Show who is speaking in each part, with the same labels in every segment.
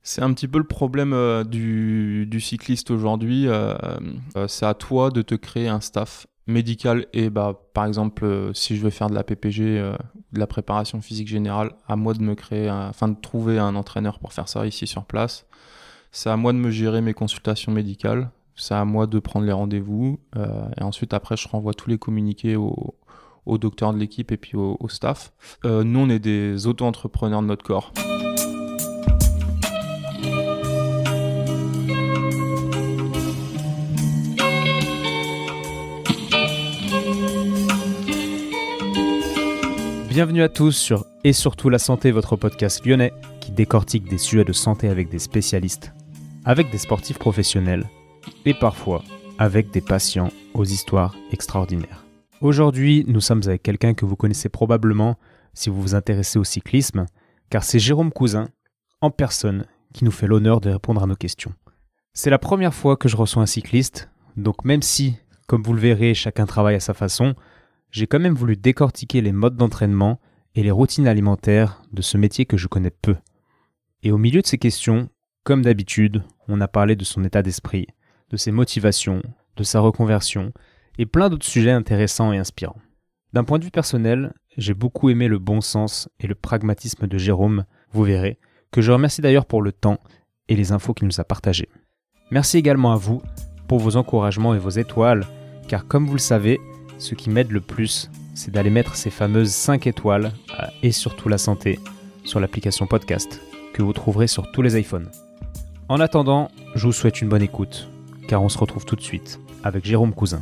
Speaker 1: C'est un petit peu le problème du cycliste aujourd'hui. C'est à toi de te créer un staff médical et par exemple, si je veux faire de la PPG, de la préparation physique générale, à moi de me créer, de trouver un entraîneur pour faire ça ici sur place. C'est à moi de me gérer mes consultations médicales. C'est à moi de prendre les rendez-vous. Et ensuite, après, je renvoie tous les communiqués au docteur de l'équipe et puis au staff. Nous, on est des auto-entrepreneurs de notre corps.
Speaker 2: Bienvenue à tous sur Et surtout la santé, votre podcast lyonnais qui décortique des sujets de santé avec des spécialistes, avec des sportifs professionnels et parfois avec des patients aux histoires extraordinaires. Aujourd'hui, nous sommes avec quelqu'un que vous connaissez probablement si vous vous intéressez au cyclisme, car c'est Jérôme Cousin, en personne, qui nous fait l'honneur de répondre à nos questions. C'est la première fois que je reçois un cycliste, donc même si, comme vous le verrez, chacun travaille à sa façon, j'ai quand même voulu décortiquer les modes d'entraînement et les routines alimentaires de ce métier que je connais peu. Et au milieu de ces questions, comme d'habitude, on a parlé de son état d'esprit, de ses motivations, de sa reconversion et plein d'autres sujets intéressants et inspirants. D'un point de vue personnel, j'ai beaucoup aimé le bon sens et le pragmatisme de Jérôme, vous verrez, que je remercie d'ailleurs pour le temps et les infos qu'il nous a partagées. Merci également à vous pour vos encouragements et vos étoiles, car comme vous le savez, ce qui m'aide le plus, c'est d'aller mettre ces fameuses 5 étoiles à Et surtout la santé sur l'application podcast que vous trouverez sur tous les iPhones. En attendant, je vous souhaite une bonne écoute, car on se retrouve tout de suite avec Jérôme Cousin.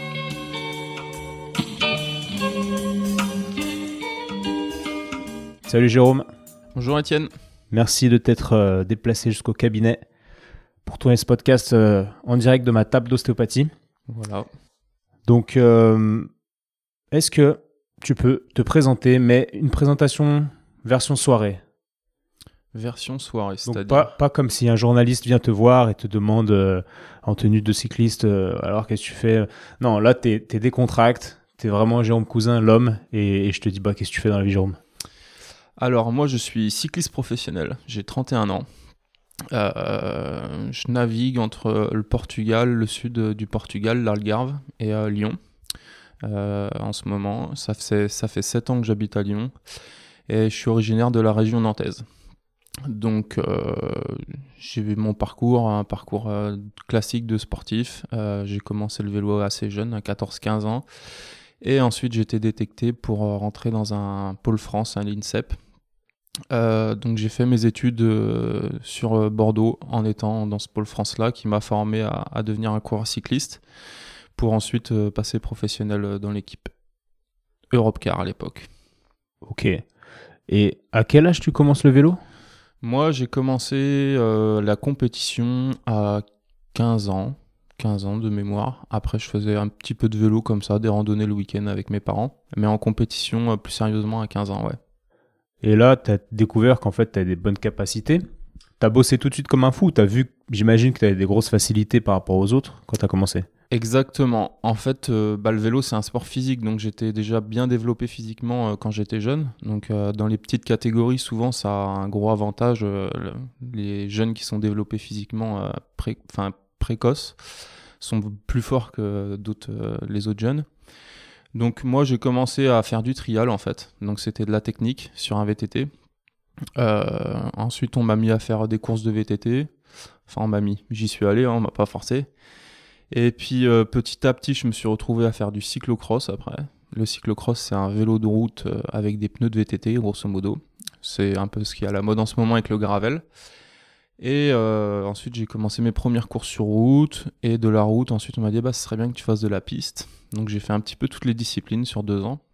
Speaker 2: Salut Jérôme.
Speaker 1: Bonjour Étienne.
Speaker 2: Merci de t'être déplacé jusqu'au cabinet pour tourner ce podcast en direct de ma table d'ostéopathie.
Speaker 1: Voilà.
Speaker 2: Donc, est-ce que tu peux te présenter, mais une présentation version soirée?
Speaker 1: Version soirée,
Speaker 2: Donc
Speaker 1: c'est-à-dire
Speaker 2: pas comme si un journaliste vient te voir et te demande en tenue de cycliste, alors qu'est-ce que tu fais? Non, là, t'es décontracté, t'es vraiment Jérôme Cousin, l'homme, et je te dis, qu'est-ce que tu fais dans la vie, Jérôme?
Speaker 1: Alors, moi, je suis cycliste professionnel. J'ai 31 ans. Je navigue entre le Portugal, le sud du Portugal, l'Algarve et Lyon. En ce moment, ça fait 7 ans que j'habite à Lyon et je suis originaire de la région nantaise. Donc j'ai vu mon parcours, un parcours classique de sportif. J'ai commencé le vélo assez jeune, à 14-15 ans. Et ensuite j'ai été détecté pour rentrer dans un pôle France, un l'INSEP. Donc j'ai fait mes études sur Bordeaux en étant dans ce pôle France-là qui m'a formé à devenir un coureur cycliste pour ensuite passer professionnel dans l'équipe Europcar à l'époque.
Speaker 2: Ok. Et à quel âge tu commences le vélo?
Speaker 1: Moi j'ai commencé la compétition à 15 ans de mémoire. Après je faisais un petit peu de vélo comme ça, des randonnées le week-end avec mes parents. Mais en compétition plus sérieusement à 15 ans, ouais.
Speaker 2: Et là, tu as découvert qu'en fait, tu as des bonnes capacités. Tu as bossé tout de suite comme un fou. Tu as vu, j'imagine que tu avais des grosses facilités par rapport aux autres quand tu as commencé.
Speaker 1: Exactement. En fait, le vélo, c'est un sport physique. Donc, j'étais déjà bien développé physiquement quand j'étais jeune. Donc, dans les petites catégories, souvent, ça a un gros avantage. Les jeunes qui sont développés physiquement précoces sont plus forts que les autres jeunes. Donc moi j'ai commencé à faire du trial en fait, donc c'était de la technique sur un VTT. Ensuite on m'a mis à faire des courses de VTT, j'y suis allé, on m'a pas forcé. Et puis petit à petit je me suis retrouvé à faire du cyclocross après. Le cyclocross c'est un vélo de route avec des pneus de VTT grosso modo. C'est un peu ce qui est à la mode en ce moment avec le gravel. Et ensuite j'ai commencé mes premières courses sur route, et de la route ensuite on m'a dit ce serait bien que tu fasses de la piste. Donc j'ai fait un petit peu toutes les disciplines sur 2 ans.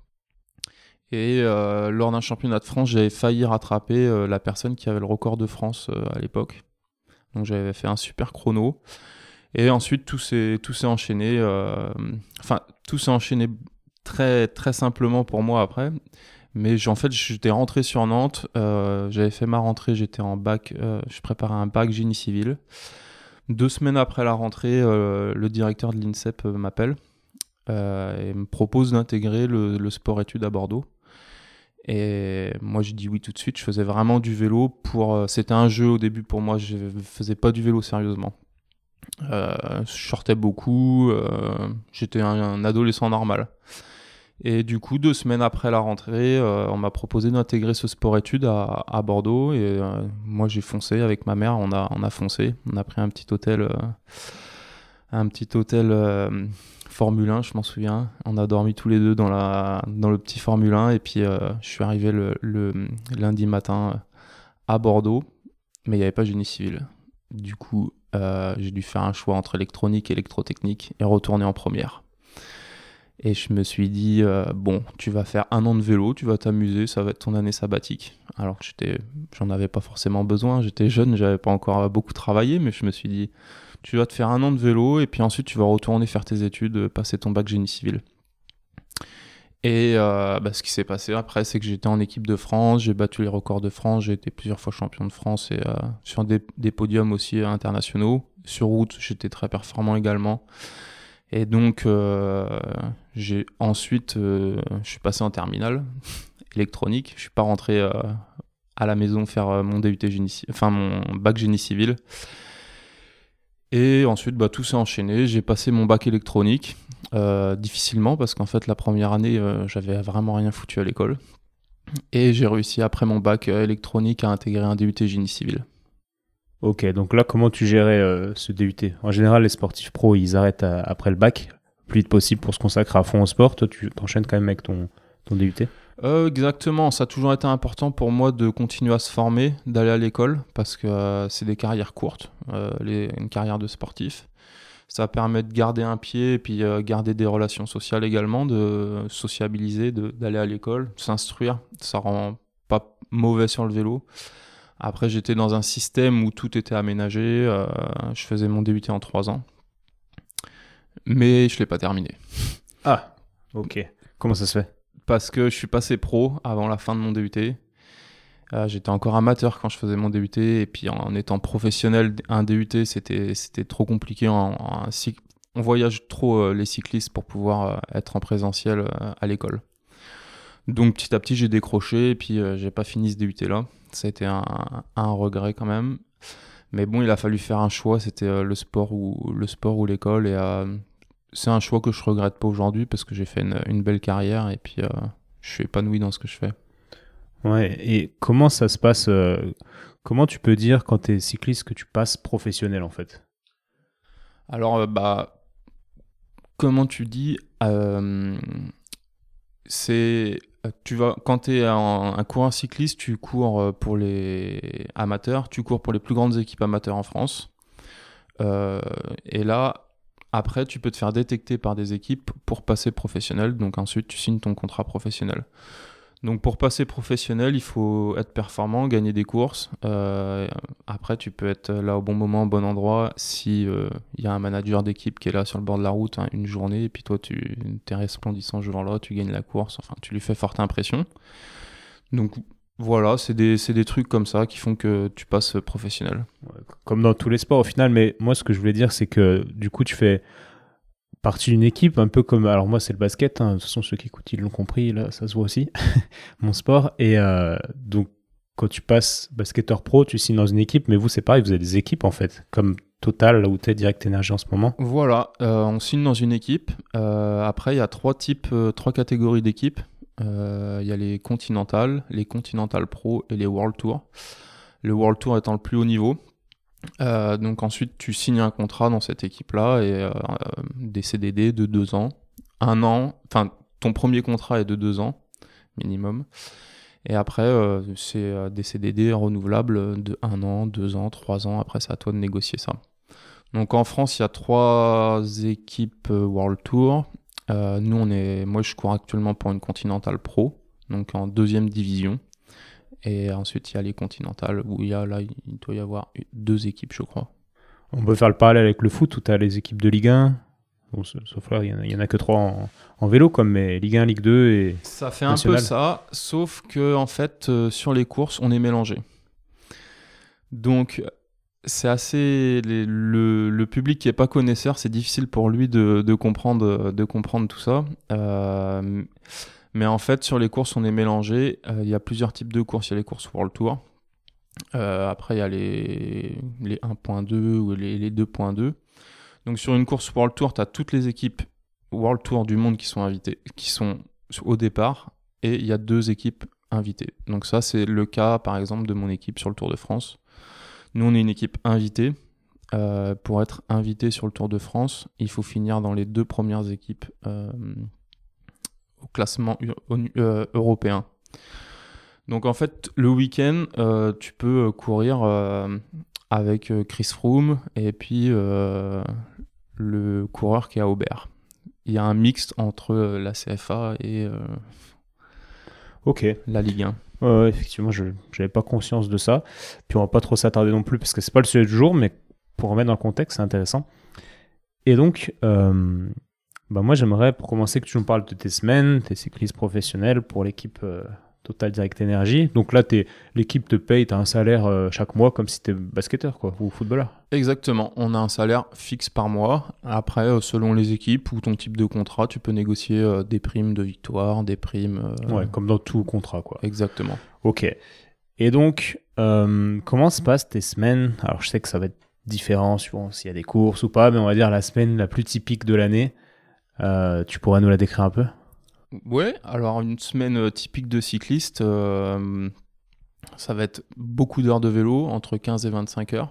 Speaker 1: Et lors d'un championnat de France, j'avais failli rattraper la personne qui avait le record de France à l'époque. Donc j'avais fait un super chrono. Et ensuite tout s'est enchaîné. Tout s'est enchaîné très, très simplement pour moi après. Mais en fait, j'étais rentré sur Nantes. J'avais fait ma rentrée, j'étais en bac. Je préparais un bac génie civil. 2 semaines après la rentrée, le directeur de l'INSEP m'appelle et me propose d'intégrer le sport-études à Bordeaux. Et moi, j'ai dit oui tout de suite. Je faisais vraiment du vélo c'était un jeu au début pour moi. Je faisais pas du vélo sérieusement. Je sortais beaucoup. J'étais un adolescent normal. Et du coup, 2 semaines après la rentrée, on m'a proposé d'intégrer ce sport-études à Bordeaux. Et moi, j'ai foncé avec ma mère. On a foncé. On a pris un petit hôtel Formule 1, je m'en souviens. On a dormi tous les deux dans le petit Formule 1. Et puis, je suis arrivé le lundi matin à Bordeaux. Mais il n'y avait pas génie civil. Du coup, j'ai dû faire un choix entre électronique et électrotechnique et retourner en première. Et je me suis dit, bon, tu vas faire 1 an de vélo, tu vas t'amuser, ça va être ton année sabbatique. Alors que j'en avais pas forcément besoin, j'étais jeune, j'avais pas encore beaucoup travaillé, mais je me suis dit, tu vas te faire 1 an de vélo et puis ensuite tu vas retourner faire tes études, passer ton bac génie civil. Et ce qui s'est passé après, c'est que j'étais en équipe de France, j'ai battu les records de France, j'ai été plusieurs fois champion de France et sur des podiums aussi internationaux. Sur route, j'étais très performant également. Et donc, je suis passé en terminale électronique. Je suis pas rentré à la maison faire mon DUT mon bac génie civil. Et ensuite, tout s'est enchaîné. J'ai passé mon bac électronique difficilement parce qu'en fait, la première année, j'avais vraiment rien foutu à l'école. Et j'ai réussi après mon bac électronique à intégrer un DUT génie civil.
Speaker 2: Ok, donc là, comment tu gérais ce DUT? En général, les sportifs pros, ils arrêtent après le bac, le plus vite possible pour se consacrer à fond au sport. Toi, tu t'enchaînes quand même avec ton DUT?
Speaker 1: Exactement, ça a toujours été important pour moi de continuer à se former, d'aller à l'école, parce que c'est des carrières courtes, une carrière de sportif. Ça permet de garder un pied et puis garder des relations sociales également, de sociabiliser, d'aller à l'école, de s'instruire. Ça rend pas mauvais sur le vélo. Après, j'étais dans un système où tout était aménagé. Je faisais mon DUT en 3 ans. Mais je ne l'ai pas terminé.
Speaker 2: Ah, ok. Comment ça se fait?
Speaker 1: Parce que je suis passé pro avant la fin de mon DUT. J'étais encore amateur quand je faisais mon DUT. Et puis en étant professionnel, un DUT, c'était trop compliqué. On voyage trop les cyclistes pour pouvoir être en présentiel à l'école. Donc petit à petit, j'ai décroché et puis j'ai pas fini ce DUT-là. Ça a été un regret quand même. Mais bon, il a fallu faire un choix. C'était le sport ou l'école. Et c'est un choix que je regrette pas aujourd'hui parce que j'ai fait une belle carrière et puis je suis épanoui dans ce que je fais.
Speaker 2: Ouais, et comment ça se passe comment tu peux dire quand tu es cycliste que tu passes professionnel en fait?
Speaker 1: Alors, comment tu dis quand tu es un coureur cycliste, tu cours pour les amateurs, tu cours pour les plus grandes équipes amateurs en France. Et là, après, tu peux te faire détecter par des équipes pour passer professionnel. Donc ensuite, tu signes ton contrat professionnel. Donc pour passer professionnel, il faut être performant, gagner des courses. Après, tu peux être là au bon moment, au bon endroit. Si y a un manager d'équipe qui est là sur le bord de la route une journée, et puis toi, tu es resplendissant ce jour-là, tu gagnes la course. Enfin, tu lui fais forte impression. Donc voilà, c'est des trucs comme ça qui font que tu passes professionnel.
Speaker 2: Ouais, comme dans tous les sports au final, mais moi ce que je voulais dire c'est que du coup tu fais partie d'une équipe, un peu comme, alors moi c'est le basket, de toute façon ceux qui écoutent ils l'ont compris, là ça se voit aussi, mon sport, et donc quand tu passes basketteur pro, tu signes dans une équipe, mais vous c'est pareil, vous avez des équipes en fait, comme Total, là où tu es Direct Energy en ce moment.
Speaker 1: Voilà, on signe dans une équipe, après il y a 3 catégories d'équipes. Il y a les Continental Pro et les World Tour. Le World Tour étant le plus haut niveau. Donc ensuite, tu signes un contrat dans cette équipe-là et des CDD de 2 ans. 1 an, enfin, ton premier contrat est de 2 ans minimum. Et après, c'est des CDD renouvelables de 1 an, 2 ans, 3 ans. Après, c'est à toi de négocier ça. Donc en France, il y a 3 équipes World Tour. Moi je cours actuellement pour une Continental Pro, donc en 2e division. Et ensuite il y a les Continentales où il doit y avoir 2 équipes, je crois.
Speaker 2: On peut faire le parallèle avec le foot où tu as les équipes de Ligue 1. Bon, sauf là, il y en a que 3 en vélo, mais Ligue 1, Ligue 2 et
Speaker 1: ça fait
Speaker 2: national.
Speaker 1: Un peu ça, sauf que en fait sur les courses on est mélangé. Donc c'est assez le public qui est pas connaisseur, c'est difficile pour lui de comprendre tout ça. Mais en fait, sur les courses, on est mélangé. Il y a plusieurs types de courses. Il y a les courses World Tour. Après, il y a les 1.2 ou les 2.2. Donc, sur une course World Tour, tu as toutes les équipes World Tour du monde qui sont invitées, qui sont au départ. Et il y a 2 équipes invitées. Donc, ça, c'est le cas, par exemple, de mon équipe sur le Tour de France. Nous, on est une équipe invitée. Pour être invité sur le Tour de France, il faut finir dans les 2 premières équipes au classement européen. Donc en fait, le week-end, tu peux courir avec Chris Froome et puis le coureur qui est à Aubert. Il y a un mixte entre la CFA et la Ligue 1.
Speaker 2: Effectivement, je n'avais pas conscience de ça. Puis on va pas trop s'attarder non plus parce que c'est pas le sujet du jour, mais pour remettre dans le contexte, c'est intéressant. Et donc, moi, j'aimerais, pour commencer, que tu nous parles de tes semaines, tes cyclistes professionnels pour l'équipe Total Direct Energy. Donc là, l'équipe te paye, tu as un salaire chaque mois comme si tu étais basketteur quoi, ou footballeur.
Speaker 1: Exactement, on a un salaire fixe par mois. Après, selon les équipes ou ton type de contrat, tu peux négocier des primes de victoire, des primes...
Speaker 2: Ouais, comme dans tout contrat, quoi.
Speaker 1: Exactement.
Speaker 2: Ok. Et donc, comment se passent tes semaines ? Alors, je sais que ça va être différent suivant s'il y a des courses ou pas, mais on va dire la semaine la plus typique de l'année. Tu pourrais nous la décrire un peu ?
Speaker 1: Ouais, alors une semaine typique de cycliste, ça va être beaucoup d'heures de vélo, entre 15 et 25 heures.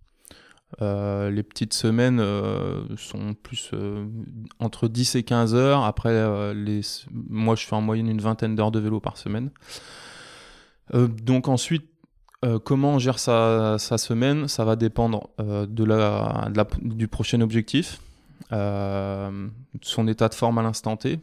Speaker 1: Les petites semaines sont plus entre 10 et 15 heures. Après, moi, je fais en moyenne une vingtaine d'heures de vélo par semaine. Donc ensuite, comment on gère sa semaine, ça va dépendre du prochain objectif, son état de forme à l'instant T.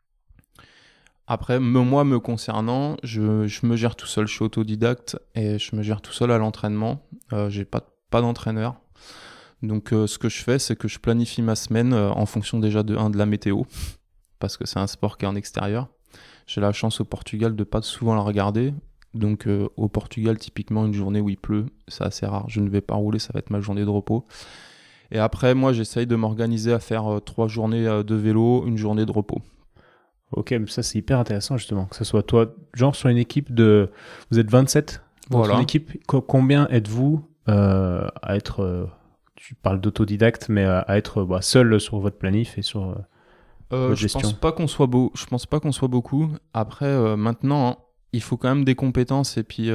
Speaker 1: Après, moi, me concernant, je me gère tout seul. Je suis autodidacte et je me gère tout seul à l'entraînement. J'ai pas d'entraîneur. Donc, ce que je fais, c'est que je planifie ma semaine en fonction déjà de la météo, parce que c'est un sport qui est en extérieur. J'ai la chance au Portugal de pas souvent la regarder. Donc, au Portugal, typiquement, une journée où il pleut, c'est assez rare. Je ne vais pas rouler, ça va être ma journée de repos. Et après, moi, j'essaye de m'organiser à faire 3 journées de vélo, une journée de repos.
Speaker 2: Ok, mais ça c'est hyper intéressant justement, que ce soit toi, genre sur une équipe de... Vous êtes 27 dans
Speaker 1: Voilà.
Speaker 2: une équipe, combien êtes-vous à être... tu parles d'autodidacte, mais à être seul sur votre planif et sur votre gestion.
Speaker 1: Je pense pas qu'on soit beaucoup. Après, maintenant, il faut quand même des compétences et puis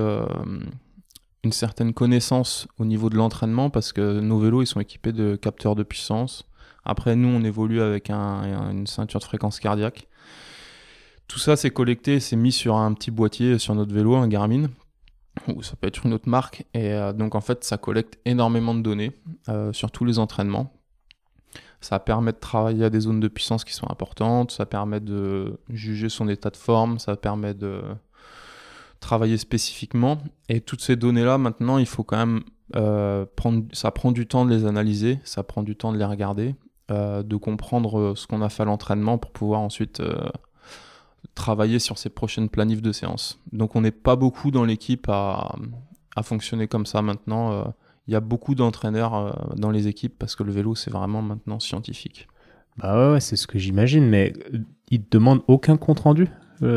Speaker 1: une certaine connaissance au niveau de l'entraînement, parce que nos vélos, ils sont équipés de capteurs de puissance. Après, nous, on évolue avec une ceinture de fréquence cardiaque. Tout ça, c'est collecté, c'est mis sur un petit boîtier sur notre vélo, un Garmin, ou ça peut être une autre marque. Et donc, en fait, ça collecte énormément de données sur tous les entraînements. Ça permet de travailler à des zones de puissance qui sont importantes, ça permet de juger son état de forme, ça permet de travailler spécifiquement. Et toutes ces données-là, maintenant, il faut quand même ça prend du temps de les analyser, ça prend du temps de les regarder, de comprendre ce qu'on a fait à l'entraînement pour pouvoir ensuite travailler sur ses prochaines planifs de séance. Donc on n'est pas beaucoup dans l'équipe à fonctionner comme ça maintenant. Il y a beaucoup d'entraîneurs dans les équipes parce que le vélo, c'est vraiment maintenant scientifique.
Speaker 2: Bah ouais, c'est ce que j'imagine, mais ils te demandent aucun compte-rendu, l'équipe ?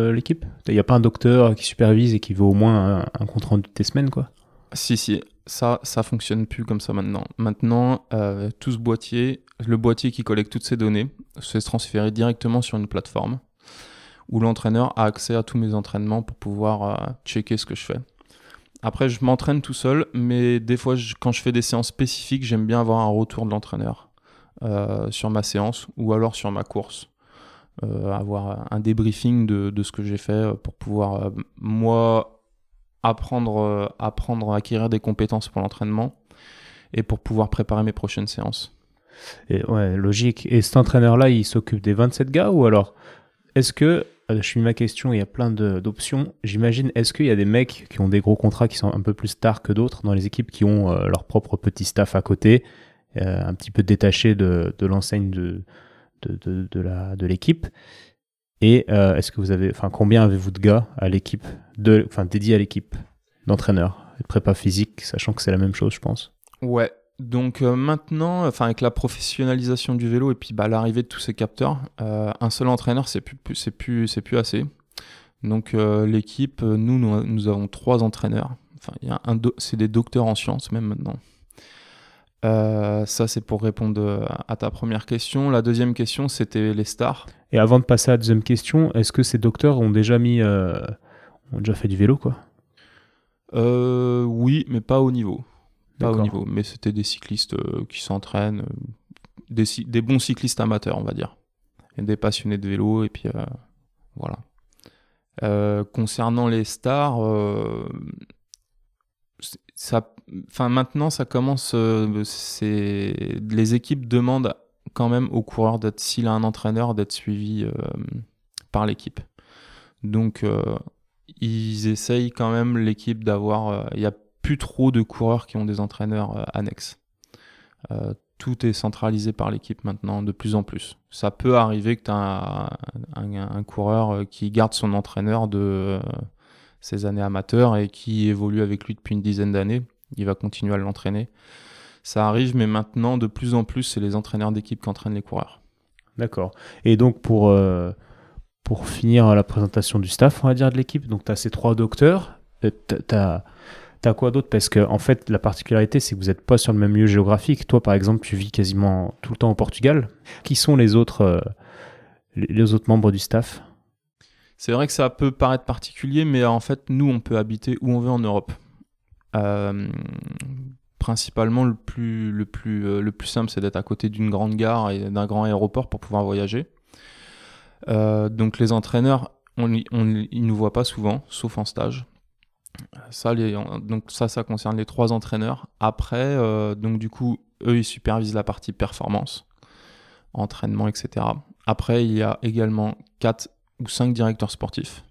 Speaker 2: Il n'y a pas un docteur qui supervise et qui veut au moins un compte-rendu de tes semaines, quoi ?
Speaker 1: Si, ça fonctionne plus comme ça maintenant. Maintenant, tout ce boîtier, le boîtier qui collecte toutes ces données, c'est transféré directement sur une plateforme où l'entraîneur a accès à tous mes entraînements pour pouvoir checker ce que je fais. Après, je m'entraîne tout seul, mais des fois, quand je fais des séances spécifiques, j'aime bien avoir un retour de l'entraîneur sur ma séance ou alors sur ma course. Avoir un débriefing de ce que j'ai fait pour pouvoir, moi, apprendre à acquérir des compétences pour l'entraînement et pour pouvoir préparer mes prochaines séances.
Speaker 2: Et ouais, logique. Et cet entraîneur-là, il s'occupe des 27 gars ou alors est-ce que, je mis ma question, il y a plein d'options, j'imagine, est-ce qu'il y a des mecs qui ont des gros contrats qui sont un peu plus stars que d'autres dans les équipes qui ont leur propre petit staff à côté, un petit peu détaché de l'enseigne de l'équipe. Et est-ce que vous avez, combien avez-vous de gars à l'équipe, dédiés à l'équipe d'entraîneurs et de prépa physique, sachant que c'est la même chose, je pense.
Speaker 1: Ouais, Donc maintenant, avec la professionnalisation du vélo et puis l'arrivée de tous ces capteurs, un seul entraîneur, c'est plus assez. Donc l'équipe, nous avons 3 entraîneurs. Enfin, c'est des docteurs en sciences même maintenant. Ça, c'est pour répondre à ta première question. La deuxième question, c'était les stars.
Speaker 2: Et avant de passer à la deuxième question, est-ce que ces docteurs ont déjà ont déjà fait du vélo, quoi?
Speaker 1: Oui, mais pas au niveau. Pas au
Speaker 2: D'accord.
Speaker 1: niveau. Mais c'était des cyclistes qui s'entraînent, des bons cyclistes amateurs, on va dire. Et des passionnés de vélo, et puis voilà. Concernant les stars, maintenant ça commence. Les équipes demandent quand même au coureur s'il a un entraîneur, d'être suivi par l'équipe. Donc ils essayent quand même l'équipe d'avoir. Il n'y a plus trop de coureurs qui ont des entraîneurs annexes. Tout est centralisé par l'équipe maintenant, de plus en plus. Ça peut arriver que tu as un coureur qui garde son entraîneur de ses années amateurs et qui évolue avec lui depuis une dizaine d'années. Il va continuer à l'entraîner. Ça arrive, mais maintenant, de plus en plus, c'est les entraîneurs d'équipe qui entraînent les coureurs.
Speaker 2: D'accord. Et donc, pour finir la présentation du staff, on va dire, de l'équipe, donc tu as ces 3 docteurs. T'as quoi d'autre? Parce que en fait, la particularité, c'est que vous n'êtes pas sur le même lieu géographique. Toi, par exemple, tu vis quasiment tout le temps au Portugal. Qui sont les autres membres du staff?
Speaker 1: C'est vrai que ça peut paraître particulier, mais en fait, nous, on peut habiter où on veut en Europe. Principalement, le plus simple, c'est d'être à côté d'une grande gare et d'un grand aéroport pour pouvoir voyager. Donc les entraîneurs, ils nous voient pas souvent, sauf en stage. Donc ça concerne les 3 entraîneurs. Après, donc du coup, eux, ils supervisent la partie performance, entraînement, etc. Après, il y a également 4 ou 5 directeurs sportifs.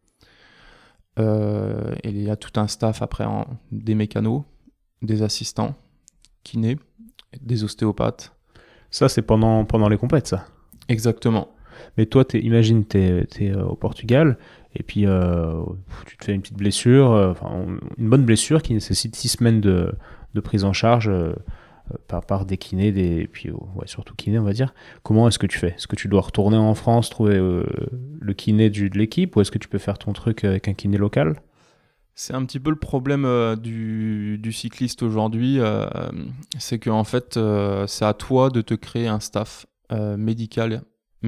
Speaker 1: Et il y a tout un staff après, des mécanos, des assistants, kinés, des ostéopathes.
Speaker 2: Ça, c'est pendant les compètes, ça.
Speaker 1: Exactement.
Speaker 2: Mais toi, imagine, t'es au Portugal, et puis tu te fais une petite blessure, une bonne blessure qui nécessite 6 semaines de prise en charge par des kinés, et puis surtout kinés, on va dire. Comment est-ce que tu fais? Est-ce que tu dois retourner en France, trouver le kiné de l'équipe, ou est-ce que tu peux faire ton truc avec un kiné local?
Speaker 1: C'est un petit peu le problème du cycliste aujourd'hui, c'est qu'en fait, c'est à toi de te créer un staff médical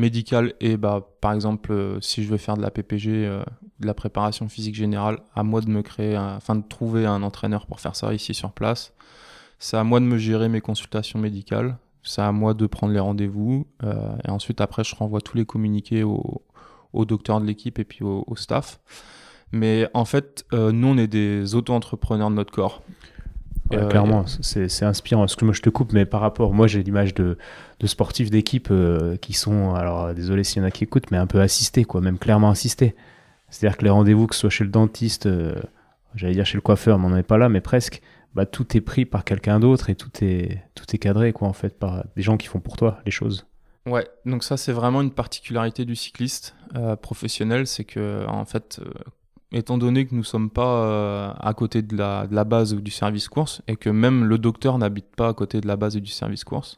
Speaker 1: et par exemple, si je veux faire de la PPG, de la préparation physique générale, à moi de de trouver un entraîneur pour faire ça ici sur place. C'est à moi de me gérer mes consultations médicales, c'est à moi de prendre les rendez-vous, et ensuite après je renvoie tous les communiqués au docteur de l'équipe et puis au staff. Mais en fait, nous, on est des auto-entrepreneurs de notre corps.
Speaker 2: Clairement, c'est inspirant. Parce que moi, je te coupe, mais par rapport, moi, j'ai l'image de sportifs d'équipe qui sont, alors désolé s'il y en a qui écoutent, mais un peu assistés, quoi, même clairement assistés. C'est-à-dire que les rendez-vous, que ce soit chez le dentiste, j'allais dire chez le coiffeur, mais on n'en est pas là, mais presque, tout est pris par quelqu'un d'autre et tout est cadré, quoi, en fait, par des gens qui font pour toi les choses.
Speaker 1: Ouais, donc ça, c'est vraiment une particularité du cycliste professionnel, c'est que, en fait, étant donné que nous ne sommes pas à côté de la base ou du service course, et que même le docteur n'habite pas à côté de la base et du service course,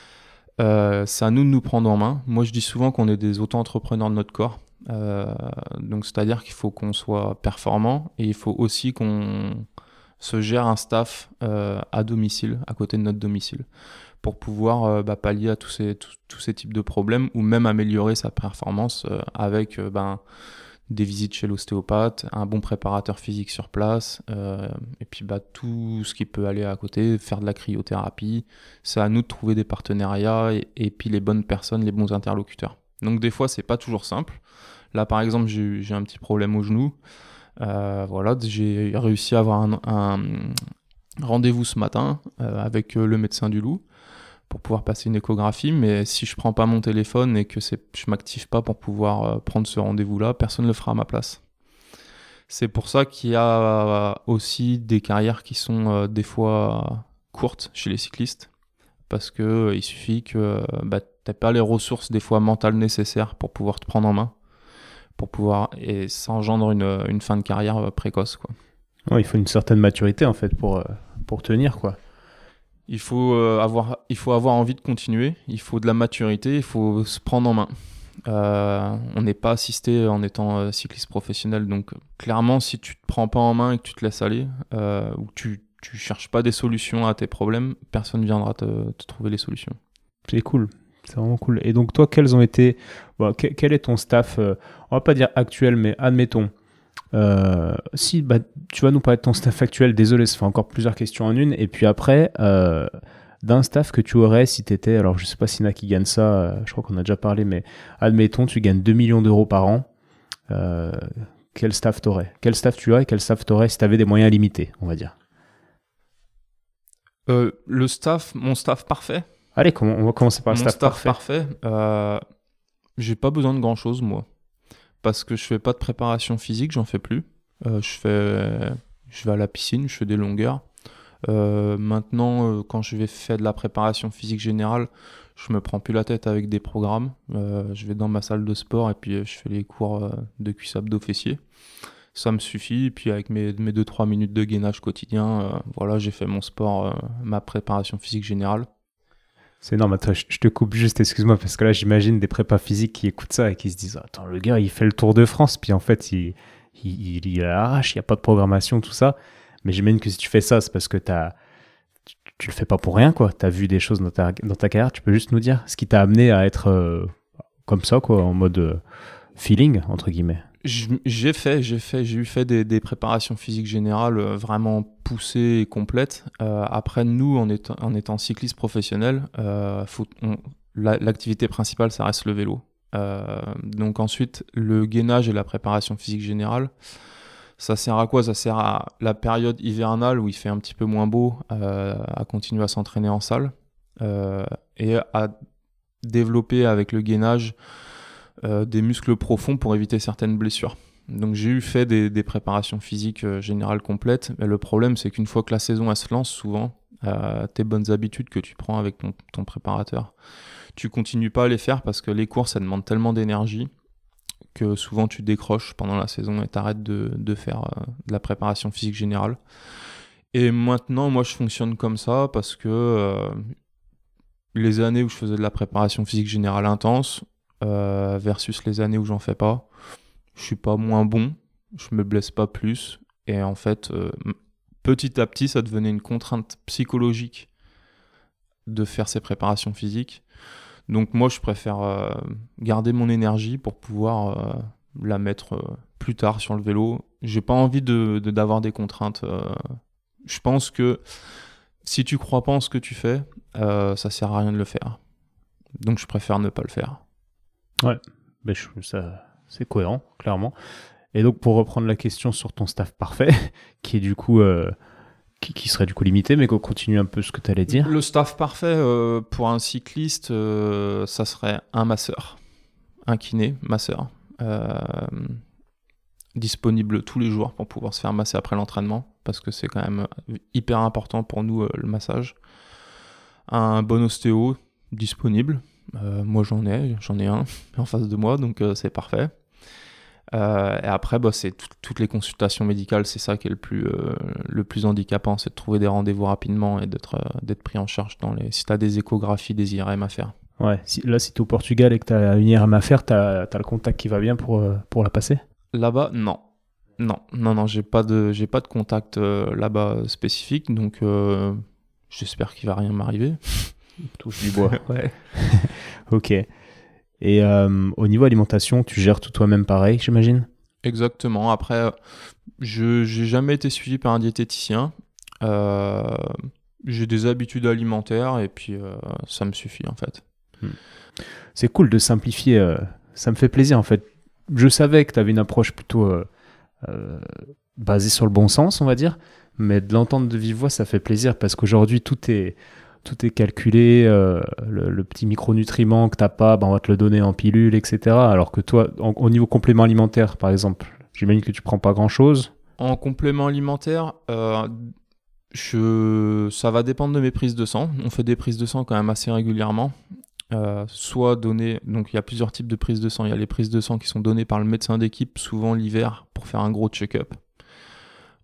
Speaker 1: c'est à nous de nous prendre en main. Moi, je dis souvent qu'on est des auto-entrepreneurs de notre corps. Donc, c'est-à-dire qu'il faut qu'on soit performant et il faut aussi qu'on se gère un staff à domicile, à côté de notre domicile, pour pouvoir pallier à tous ces types de problèmes ou même améliorer sa performance avec des visites chez l'ostéopathe, un bon préparateur physique sur place, et puis tout ce qui peut aller à côté, faire de la cryothérapie. C'est à nous de trouver des partenariats et puis les bonnes personnes, les bons interlocuteurs. Donc des fois, c'est pas toujours simple. Là, par exemple, j'ai un petit problème au genou. J'ai réussi à avoir un rendez-vous ce matin avec le médecin du loup pour pouvoir passer une échographie, mais si je prends pas mon téléphone et que je m'active pas pour pouvoir prendre ce rendez-vous-là, personne ne le fera à ma place. C'est pour ça qu'il y a aussi des carrières qui sont des fois courtes chez les cyclistes, parce que il suffit que t'aies pas les ressources des fois mentales nécessaires pour pouvoir te prendre en main, et ça engendre une fin de carrière précoce, quoi.
Speaker 2: Ouais, il faut une certaine maturité en fait pour tenir, quoi.
Speaker 1: Il faut avoir envie de continuer, il faut de la maturité, il faut se prendre en main. On n'est pas assisté en étant cycliste professionnel, donc clairement si tu te prends pas en main et que tu te laisses aller, ou que tu cherches pas des solutions à tes problèmes, personne viendra te trouver les solutions.
Speaker 2: C'est cool, c'est vraiment cool. Et donc toi, quels ont été, quel est ton staff, on va pas dire actuel, mais admettons, si tu vas nous parler de ton staff actuel, désolé, ça fait encore plusieurs questions en une, et puis après, d'un staff que tu aurais si tu étais, alors je sais pas s'il y en a qui gagnent ça, je crois qu'on a déjà parlé, mais admettons, tu gagnes 2 millions d'euros par an, quel staff t'aurais? Quel staff tu as et quel staff t'aurais si tu avais des moyens limités, on va dire?
Speaker 1: Mon staff parfait.
Speaker 2: Allez, on va commencer par le
Speaker 1: Mon
Speaker 2: staff
Speaker 1: parfait. J'ai pas besoin de grand chose, moi. Parce que je fais pas de préparation physique, j'en fais plus. Je vais à la piscine, je fais des longueurs. Maintenant, quand je vais faire de la préparation physique générale, je me prends plus la tête avec des programmes. Je vais dans ma salle de sport et puis je fais les cours de cuisse abdos fessiers. Ça me suffit. Et puis avec mes 2-3 minutes de gainage quotidien, voilà, j'ai fait mon sport, ma préparation physique générale.
Speaker 2: C'est énorme. Attends, je te coupe juste, excuse-moi, parce que là, j'imagine des prépas physiques qui écoutent ça et qui se disent « Attends, le gars, il fait le Tour de France, puis en fait, il arrache, il n'y a pas de programmation, tout ça. » Mais j'imagine que si tu fais ça, c'est parce que tu le fais pas pour rien, quoi. Tu as vu des choses dans ta carrière. Tu peux juste nous dire ce qui t'a amené à être comme ça, quoi, en mode feeling, entre guillemets.
Speaker 1: J'ai eu fait des préparations physiques générales vraiment poussées et complètes. Après, nous, en étant cycliste professionnel, l'activité principale, ça reste le vélo. Donc ensuite, le gainage et la préparation physique générale, ça sert à quoi? Ça sert à la période hivernale où il fait un petit peu moins beau, à continuer à s'entraîner en salle et à développer avec le gainage des muscles profonds pour éviter certaines blessures. Donc j'ai eu fait des préparations physiques générales complètes, mais le problème c'est qu'une fois que la saison elle se lance, souvent tes bonnes habitudes que tu prends avec ton préparateur, tu continues pas à les faire parce que les courses ça demande tellement d'énergie que souvent tu décroches pendant la saison et t'arrêtes de faire de la préparation physique générale. Et maintenant moi je fonctionne comme ça parce que les années où je faisais de la préparation physique générale intense versus les années où j'en fais pas, je suis pas moins bon, je me blesse pas plus, et en fait petit à petit ça devenait une contrainte psychologique de faire ces préparations physiques. Donc moi je préfère garder mon énergie pour pouvoir la mettre plus tard sur le vélo. J'ai pas envie d'avoir des contraintes. Je pense que si tu crois pas en ce que tu fais, ça sert à rien de le faire. Donc je préfère ne pas le faire.
Speaker 2: Ouais, mais ça, c'est cohérent, clairement. Et donc, pour reprendre la question sur ton staff parfait, qui est du coup, qui serait du coup limité, mais qu'on continue un peu ce que tu allais dire.
Speaker 1: Le staff parfait pour un cycliste, ça serait un masseur, un kiné, masseur, disponible tous les jours pour pouvoir se faire masser après l'entraînement, parce que c'est quand même hyper important pour nous le massage. Un bon ostéo disponible. Moi j'en ai un en face de moi, donc c'est parfait. Et après c'est toutes les consultations médicales, c'est ça qui est le plus handicapant, c'est de trouver des rendez-vous rapidement et d'être pris en charge si tu as des échographies, des IRM à faire.
Speaker 2: Ouais, si tu es au Portugal et que tu as une IRM à faire, tu as le contact qui va bien pour la passer?
Speaker 1: Là-bas, non, j'ai pas de contact là-bas spécifique, donc j'espère qu'il va rien m'arriver.
Speaker 2: Touche du bois. Ouais. Ok. Et au niveau alimentation, tu gères tout toi-même pareil, j'imagine?
Speaker 1: Exactement. Après, j'ai jamais été suivi par un diététicien. J'ai des habitudes alimentaires et puis ça me suffit en fait.
Speaker 2: C'est cool de simplifier. Ça me fait plaisir en fait. Je savais que tu avais une approche plutôt basée sur le bon sens, on va dire. Mais de l'entendre de vive voix, ça fait plaisir parce qu'aujourd'hui, tout est calculé, le petit micronutriment que tu n'as pas, on va te le donner en pilule, etc. Alors que toi, au niveau complément alimentaire, par exemple, j'imagine que tu ne prends pas grand-chose.
Speaker 1: En complément alimentaire, ça va dépendre de mes prises de sang. On fait des prises de sang quand même assez régulièrement. Soit données, donc il y a plusieurs types de prises de sang. Il y a les prises de sang qui sont données par le médecin d'équipe, souvent l'hiver, pour faire un gros check-up.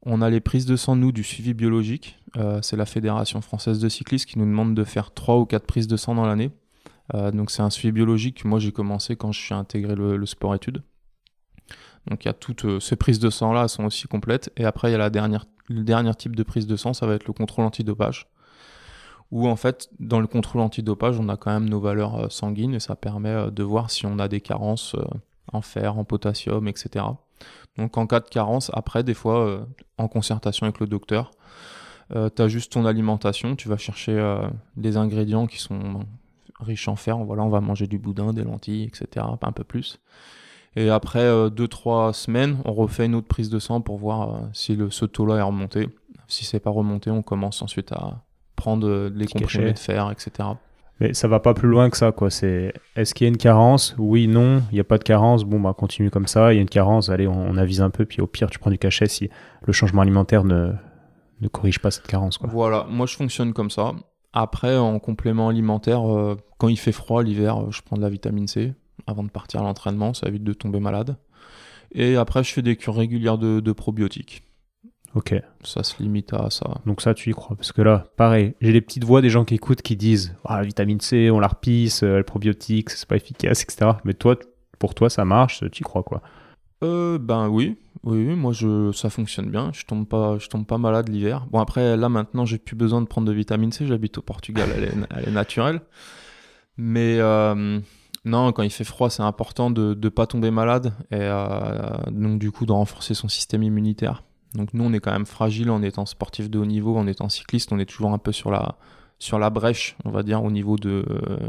Speaker 1: On a les prises de sang, nous, du suivi biologique. C'est la Fédération française de cyclisme qui nous demande de faire 3 ou 4 prises de sang dans l'année. Donc c'est un suivi biologique. Moi, j'ai commencé quand je suis intégré le sport-études. Donc il y a toutes ces prises de sang-là, elles sont aussi complètes. Et après, il y a le dernier type de prise de sang, ça va être le contrôle antidopage. Où en fait, dans le contrôle antidopage, on a quand même nos valeurs sanguines et ça permet de voir si on a des carences en fer, en potassium, etc. Donc en cas de carence, après, des fois, en concertation avec le docteur, tu as juste ton alimentation, tu vas chercher des ingrédients qui sont riches en fer. Voilà, on va manger du boudin, des lentilles, etc. Un peu plus. Et après 2-3 semaines, on refait une autre prise de sang pour voir si ce taux-là est remonté. Si c'est pas remonté, on commence ensuite à prendre les comprimés de fer, etc.
Speaker 2: Mais ça va pas plus loin que ça, quoi. Est-ce qu'il y a une carence? Oui, non. Il n'y a pas de carence. Bon, bah, continue comme ça. Il y a une carence. Allez, on avise un peu. Puis au pire, tu prends du cachet si le changement alimentaire ne corrige pas cette carence, quoi.
Speaker 1: Voilà, moi je fonctionne comme ça. Après, en complément alimentaire, quand il fait froid l'hiver, je prends de la vitamine C avant de partir à l'entraînement. Ça évite de tomber malade. Et après, je fais des cures régulières de probiotiques.
Speaker 2: Ok.
Speaker 1: Ça se limite à ça.
Speaker 2: Donc ça, tu y crois. Parce que là, pareil, j'ai les petites voix des gens qui écoutent qui disent « Ah, la vitamine C, on la repisse, le probiotique, c'est pas efficace, etc. » Mais toi, pour toi, ça marche, tu y crois, quoi.
Speaker 1: Ben oui, moi ça fonctionne bien. Je tombe pas malade l'hiver. Bon après là maintenant j'ai plus besoin de prendre de vitamine C. J'habite au Portugal, elle est naturelle. Mais non, quand il fait froid, c'est important de pas tomber malade et donc du coup de renforcer son système immunitaire. Donc nous on est quand même fragile en étant sportif de haut niveau, en étant cycliste, on est toujours un peu sur la brèche, on va dire au niveau de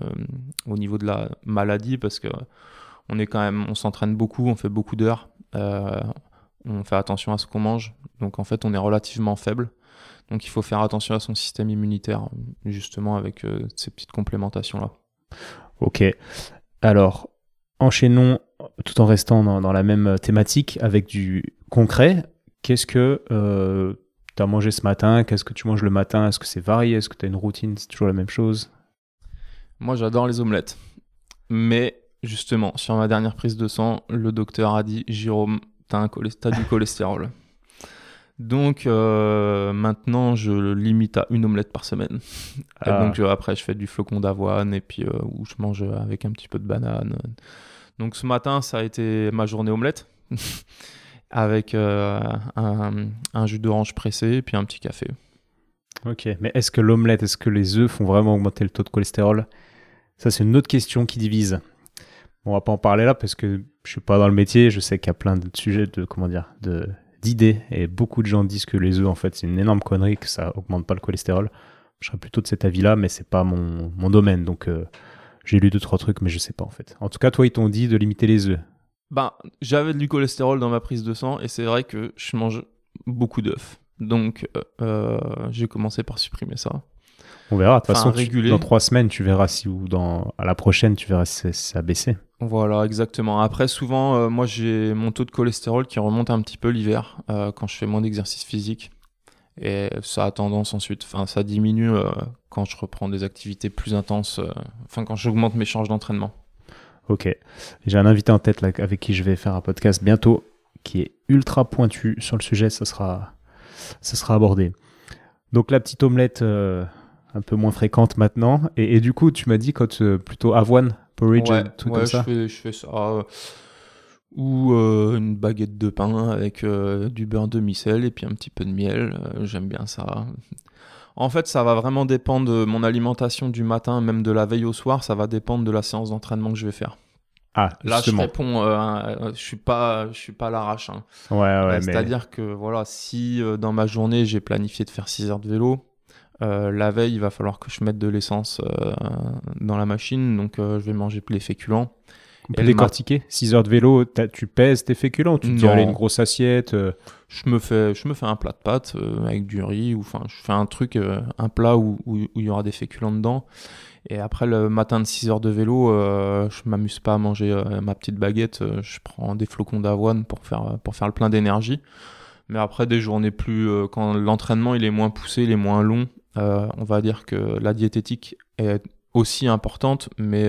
Speaker 1: la maladie parce que on s'entraîne beaucoup, on fait beaucoup d'heures, on fait attention à ce qu'on mange, donc en fait on est relativement faible, donc il faut faire attention à son système immunitaire, justement avec ces petites complémentations-là.
Speaker 2: Ok, alors enchaînons tout en restant dans la même thématique avec du concret. Qu'est-ce que tu as mangé ce matin? Qu'est-ce que tu manges le matin? Est-ce que c'est varié? Est-ce que tu as une routine? C'est toujours la même chose?
Speaker 1: Moi j'adore les omelettes, mais justement, sur ma dernière prise de sang, le docteur a dit « Jérôme, t'as du cholestérol ». Donc maintenant, je le limite à une omelette par semaine. Et donc après, je fais du flocon d'avoine et puis où je mange avec un petit peu de banane. Donc ce matin, ça a été ma journée omelette avec un jus d'orange pressé et puis un petit café.
Speaker 2: Ok, mais est-ce que les œufs font vraiment augmenter le taux de cholestérol? Ça, c'est une autre question qui divise. On va pas en parler là parce que je suis pas dans le métier. Je sais qu'il y a plein de sujets d'idées et beaucoup de gens disent que les œufs, en fait, c'est une énorme connerie, que ça augmente pas le cholestérol. Je serais plutôt de cet avis-là, mais c'est pas mon domaine. Donc, j'ai lu 2-3 trucs, mais je sais pas en fait. En tout cas, toi, ils t'ont dit de limiter les œufs.
Speaker 1: Ben, j'avais du cholestérol dans ma prise de sang et c'est vrai que je mange beaucoup d'œufs. Donc, j'ai commencé par supprimer ça.
Speaker 2: On verra. De toute façon, dans 3 semaines, tu verras à la prochaine, tu verras si ça a baissé.
Speaker 1: Voilà, exactement. Après, souvent, moi, j'ai mon taux de cholestérol qui remonte un petit peu l'hiver quand je fais moins d'exercice physique. Et ça a tendance ensuite, ça diminue quand je reprends des activités plus intenses, quand j'augmente mes charges d'entraînement.
Speaker 2: Ok. J'ai un invité en tête là, avec qui je vais faire un podcast bientôt qui est ultra pointu sur le sujet. Ça sera abordé. Donc, la petite omelette un peu moins fréquente maintenant. Et du coup, tu m'as dit plutôt avoine, porridge, tout comme ça.
Speaker 1: Je fais ça. Ou une baguette de pain avec du beurre demi-sel et puis un petit peu de miel. J'aime bien ça. En fait, ça va vraiment dépendre de mon alimentation du matin, même de la veille au soir. Ça va dépendre de la séance d'entraînement que je vais faire.
Speaker 2: Ah,
Speaker 1: là,
Speaker 2: justement.
Speaker 1: je réponds. Je suis pas à l'arrache. Hein.
Speaker 2: Ouais,
Speaker 1: c'est-à-dire que voilà, si dans ma journée j'ai planifié de faire 6 heures de vélo, la veille, il va falloir que je mette de l'essence dans la machine. Donc, je vais manger les féculents.
Speaker 2: On peut décortiquer. 6 heures de vélo, tu pèses tes féculents? Tu te dis, allez, une grosse assiette
Speaker 1: Je me fais un plat de pâtes avec du riz, ou je fais un truc, un plat où il y aura des féculents dedans. Et après, le matin de 6 heures de vélo, je m'amuse pas à manger ma petite baguette. Je prends des flocons d'avoine pour faire le plein d'énergie. Mais après, des journées quand l'entraînement il est moins poussé, il est moins long, on va dire que la diététique est aussi importante, mais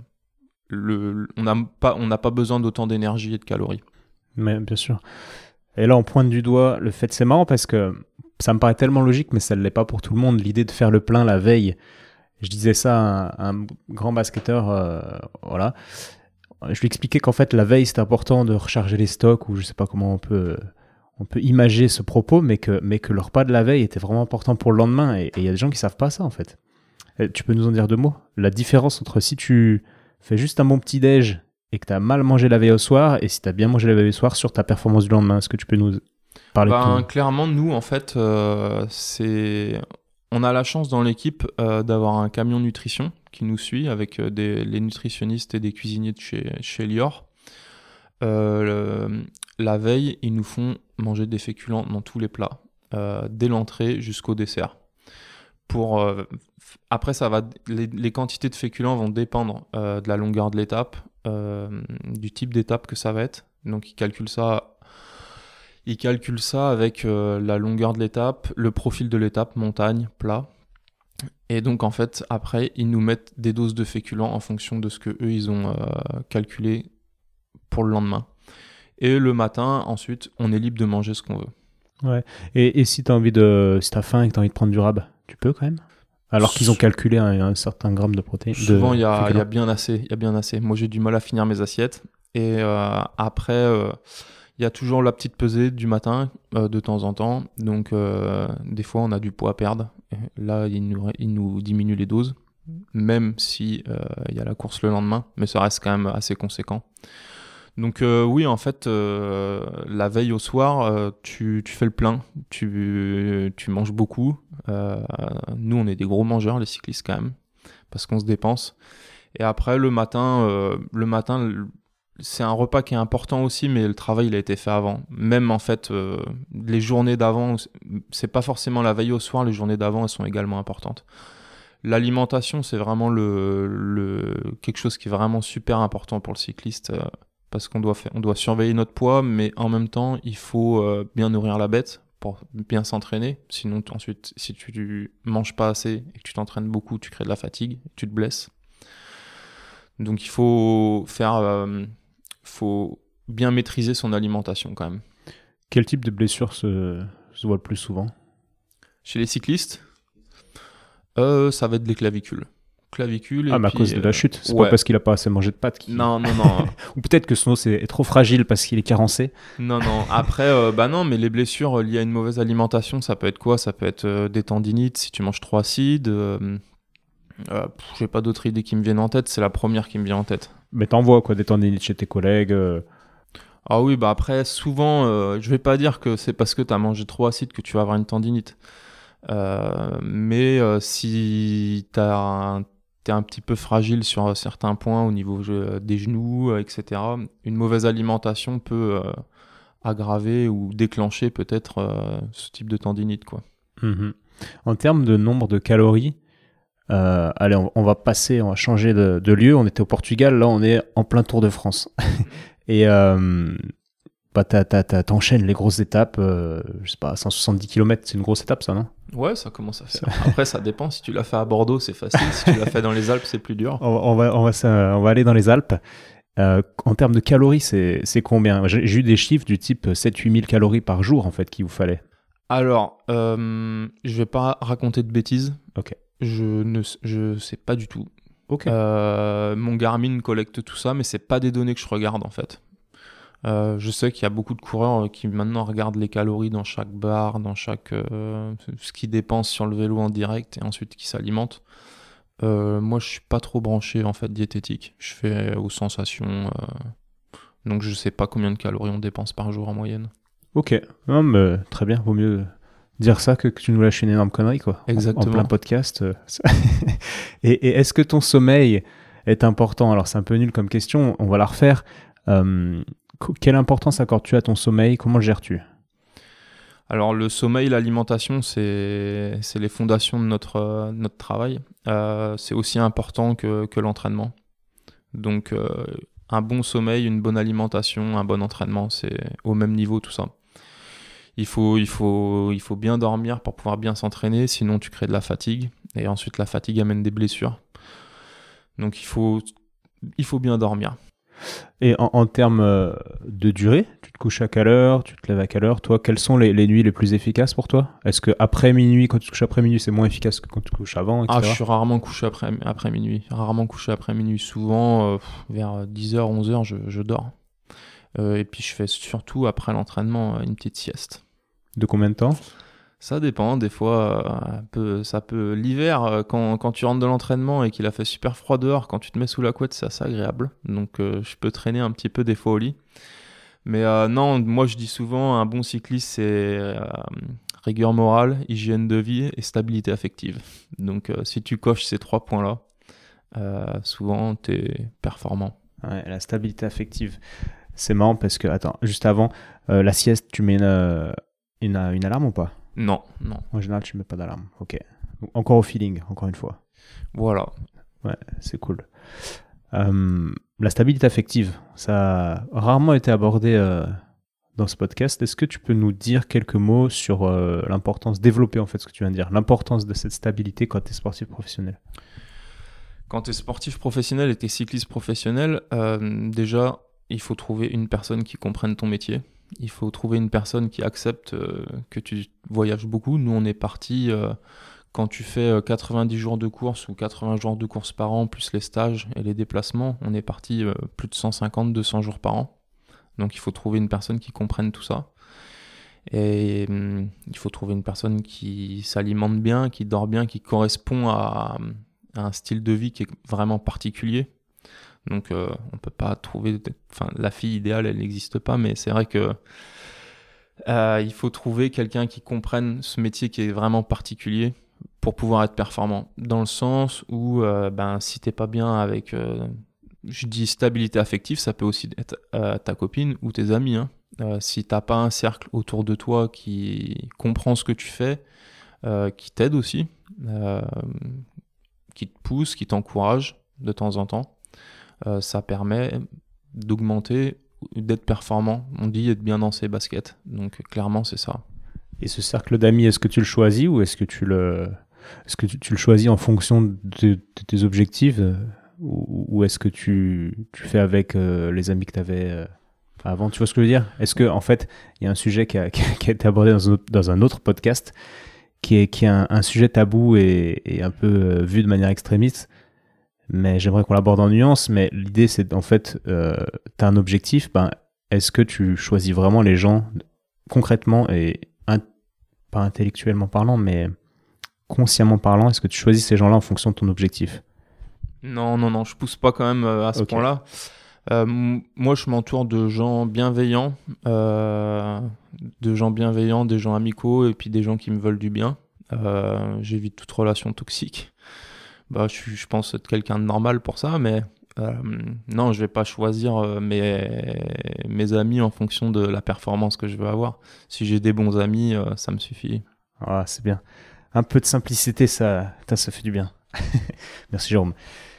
Speaker 1: on n'a pas besoin d'autant d'énergie et de calories.
Speaker 2: Mais bien sûr. Et là, on pointe du doigt le fait, c'est marrant parce que ça me paraît tellement logique, mais ça ne l'est pas pour tout le monde, l'idée de faire le plein la veille. Je disais ça à un grand basketteur, voilà. Je lui expliquais qu'en fait, la veille, c'est important de recharger les stocks, ou je sais pas comment on peut imager ce propos, mais que le repas de la veille était vraiment important pour le lendemain. Et il y a des gens qui savent pas ça, en fait. Et tu peux nous en dire 2 mots? La différence entre si tu fais juste un bon petit-déj et que tu as mal mangé la veille au soir, et si tu as bien mangé la veille au soir, sur ta performance du lendemain. Est-ce que tu peux nous parler de tout?
Speaker 1: Clairement, nous, en fait, on a la chance dans l'équipe d'avoir un camion nutrition qui nous suit avec les nutritionnistes et des cuisiniers de chez Lior. La veille, ils nous font manger des féculents dans tous les plats, dès l'entrée jusqu'au dessert. Après, les quantités de féculents vont dépendre de la longueur de l'étape, du type d'étape que ça va être. Donc, ils calculent ça avec la longueur de l'étape, le profil de l'étape, montagne, plat. Et donc, en fait, après, ils nous mettent des doses de féculents en fonction de ce que eux ils ont calculé pour le lendemain. Et le matin, ensuite, on est libre de manger ce qu'on veut.
Speaker 2: Ouais. Et si t'as faim et que t'as envie de prendre du rab, tu peux quand même? Alors qu'ils ont calculé un certain gramme de protéines.
Speaker 1: Souvent, il y a bien assez. Moi, j'ai du mal à finir mes assiettes. Et après, il y a toujours la petite pesée du matin, de temps en temps. Donc, des fois, on a du poids à perdre. Et là, il nous diminue les doses, même si il y a la course le lendemain. Mais ça reste quand même assez conséquent. Donc oui, en fait, la veille au soir, tu fais le plein, tu manges beaucoup. Nous, on est des gros mangeurs, les cyclistes quand même, parce qu'on se dépense. Et après, le matin, c'est un repas qui est important aussi, mais le travail, il a été fait avant. Même en fait, les journées d'avant, c'est pas forcément la veille au soir, les journées d'avant, elles sont également importantes. L'alimentation, c'est vraiment quelque chose qui est vraiment super important pour le cycliste. Parce qu'on doit surveiller notre poids, mais en même temps, il faut bien nourrir la bête pour bien s'entraîner. Sinon, ensuite, si tu manges pas assez et que tu t'entraînes beaucoup, tu crées de la fatigue, tu te blesses. Donc, il faut bien maîtriser son alimentation quand même.
Speaker 2: Quel type de blessure se voit le plus souvent?
Speaker 1: Chez les cyclistes, ça va être les clavicules.
Speaker 2: Mais à cause de la chute, c'est pas parce qu'il a pas assez mangé de pâtes
Speaker 1: Non.
Speaker 2: Ou peut-être que son os est trop fragile parce qu'il est carencé.
Speaker 1: Non. Après, non, mais les blessures liées à une mauvaise alimentation, ça peut être quoi? Ça peut être des tendinites si tu manges trop acide. J'ai pas d'autres idées qui me viennent en tête, c'est la première qui me vient en tête.
Speaker 2: Mais t'en vois quoi, des tendinites chez tes collègues?
Speaker 1: Ah oui, après, souvent, je vais pas dire que c'est parce que t'as mangé trop acide que tu vas avoir une tendinite. Mais si t'es un petit peu fragile sur certains points au niveau des genoux, etc., une mauvaise alimentation peut aggraver ou déclencher peut-être ce type de tendinite, quoi.
Speaker 2: Mm-hmm. En termes de nombre de calories, allez, on va changer de lieu. On était au Portugal, là on est en plein Tour de France. Et t'enchaînes les grosses étapes, je sais pas, 170 km, c'est une grosse étape ça, non?
Speaker 1: Ouais, ça commence à faire. Après, ça dépend. Si tu l'as fait à Bordeaux, c'est facile. Si tu l'as fait dans les Alpes, c'est plus dur.
Speaker 2: On va aller dans les Alpes. En termes de calories, c'est combien? J'ai eu des chiffres du type 7-8 000 calories par jour, en fait, qu'il vous fallait.
Speaker 1: Alors, je vais pas raconter de bêtises.
Speaker 2: Ok.
Speaker 1: Je sais pas du tout.
Speaker 2: Ok.
Speaker 1: Mon Garmin collecte tout ça, mais c'est pas des données que je regarde, en fait. Je sais qu'il y a beaucoup de coureurs qui maintenant regardent les calories dans chaque bar, dans chaque ce qu'ils dépensent sur le vélo en direct et ensuite qui s'alimentent. Moi, je suis pas trop branché en fait diététique. Je fais aux sensations, donc je sais pas combien de calories on dépense par jour en moyenne.
Speaker 2: Ok, non, mais très bien. Vaut mieux dire ça que tu nous lâches une énorme connerie, quoi.
Speaker 1: Exactement.
Speaker 2: En plein podcast. Et est-ce que ton sommeil est important? Alors c'est un peu nul comme question. On va la refaire. Quelle importance accordes-tu à ton sommeil? Comment le gères-tu?
Speaker 1: Alors le sommeil, l'alimentation, c'est les fondations de notre travail. C'est aussi important que l'entraînement. Donc un bon sommeil, une bonne alimentation, un bon entraînement, c'est au même niveau tout ça. Il faut bien dormir pour pouvoir bien s'entraîner, sinon tu crées de la fatigue. Et ensuite la fatigue amène des blessures. Donc il faut bien dormir.
Speaker 2: Et en termes de durée, tu te couches à quelle heure, tu te lèves à quelle heure? Toi, quelles sont les nuits les plus efficaces pour toi? Est-ce que après minuit, quand tu te couches après minuit, c'est moins efficace que quand tu te couches avant,
Speaker 1: Ah, je
Speaker 2: etc.?
Speaker 1: suis rarement couché après minuit. Rarement couché après minuit. Souvent, vers 10h, 11h, je dors. Et puis je fais surtout après l'entraînement une petite sieste.
Speaker 2: De combien de temps?
Speaker 1: Ça dépend, des fois, ça peut. L'hiver, quand tu rentres de l'entraînement et qu'il a fait super froid dehors, quand tu te mets sous la couette, c'est assez agréable. Donc je peux traîner un petit peu des fois au lit. Mais non, moi je dis souvent, un bon cycliste, c'est rigueur morale, hygiène de vie et stabilité affective. Donc si tu coches ces 3 points-là, souvent t'es performant.
Speaker 2: Ouais, la stabilité affective. C'est marrant parce que, attends, juste avant, la sieste, tu mets une alarme ou pas?
Speaker 1: Non, non.
Speaker 2: En général, tu mets pas d'alarme. Ok. Encore au feeling, encore une fois.
Speaker 1: Voilà.
Speaker 2: Ouais, c'est cool. La stabilité affective, ça a rarement été abordé dans ce podcast. Est-ce que tu peux nous dire quelques mots sur l'importance, développer en fait ce que tu viens de dire, l'importance de cette stabilité quand tu es sportif professionnel?
Speaker 1: Quand tu es sportif professionnel et tu es cycliste professionnel, déjà, il faut trouver une personne qui comprenne ton métier. Il faut trouver une personne qui accepte que tu voyages beaucoup. Nous, on est parti, quand tu fais 90 jours de course ou 80 jours de course par an, plus les stages et les déplacements, on est parti plus de 150, 200 jours par an. Donc il faut trouver une personne qui comprenne tout ça. Et il faut trouver une personne qui s'alimente bien, qui dort bien, qui correspond à un style de vie qui est vraiment particulier. Donc on peut pas trouver, enfin la fille idéale, elle n'existe pas, mais c'est vrai que il faut trouver quelqu'un qui comprenne ce métier qui est vraiment particulier pour pouvoir être performant. Dans le sens où si t'es pas bien avec, je dis stabilité affective, ça peut aussi être ta copine ou tes amis. Hein. Si t'as pas un cercle autour de toi qui comprend ce que tu fais, qui t'aide aussi, qui te pousse, qui t'encourage de temps en temps, ça permet d'augmenter, d'être performant. On dit être bien dans ses baskets. Donc clairement, c'est ça.
Speaker 2: Et ce cercle d'amis, est-ce que tu le choisis ou est-ce que tu le choisis en fonction de tes objectifs ou est-ce que tu fais avec les amis que tu avais avant? Tu vois ce que je veux dire? Est-ce que en fait, il y a un sujet qui a été abordé dans un autre podcast qui est un sujet tabou et un peu vu de manière extrémiste, mais j'aimerais qu'on l'aborde en nuance. Mais l'idée, c'est en fait, tu as un objectif, est-ce que tu choisis vraiment les gens concrètement et pas intellectuellement parlant, mais consciemment parlant, est-ce que tu choisis ces gens-là en fonction de ton objectif?
Speaker 1: Non, je pousse pas quand même à ce point-là. Moi, je m'entoure de gens bienveillants, des gens amicaux et puis des gens qui me veulent du bien. J'évite toute relation toxique. Je pense être quelqu'un de normal pour ça, mais non, je vais pas choisir mes amis en fonction de la performance que je veux avoir. Si j'ai des bons amis, ça me suffit.
Speaker 2: Ah, c'est bien. Un peu de simplicité, ça fait du bien. Merci Jérôme.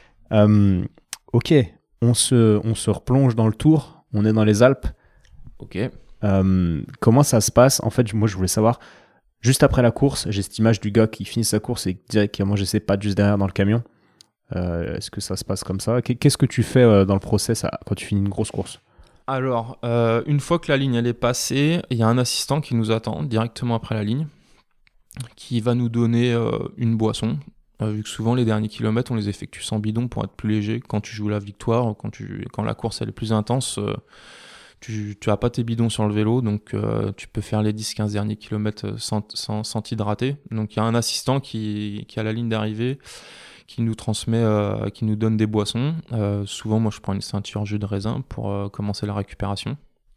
Speaker 2: Ok, on se replonge dans le Tour. On est dans les Alpes.
Speaker 1: Ok.
Speaker 2: Comment ça se passe? En fait, moi, je voulais savoir, juste après la course, j'ai cette image du gars qui finit sa course et qui a mangé ses pâtes juste derrière dans le camion. Est-ce que ça se passe comme ça? Qu'est-ce que tu fais dans le process quand tu finis une grosse course?
Speaker 1: Alors, une fois que la ligne elle est passée, il y a un assistant qui nous attend directement après la ligne, qui va nous donner une boisson. Vu que souvent les derniers kilomètres, on les effectue sans bidon pour être plus léger. Quand tu joues la victoire, quand la course elle est plus intense, tu n'as pas tes bidons sur le vélo, donc tu peux faire les 10-15 derniers kilomètres sans t'hydrater. Donc il y a un assistant qui est à la ligne d'arrivée, qui nous transmet, qui nous donne des boissons. Souvent, moi, je prends une ceinture jus de raisin pour commencer la récupération.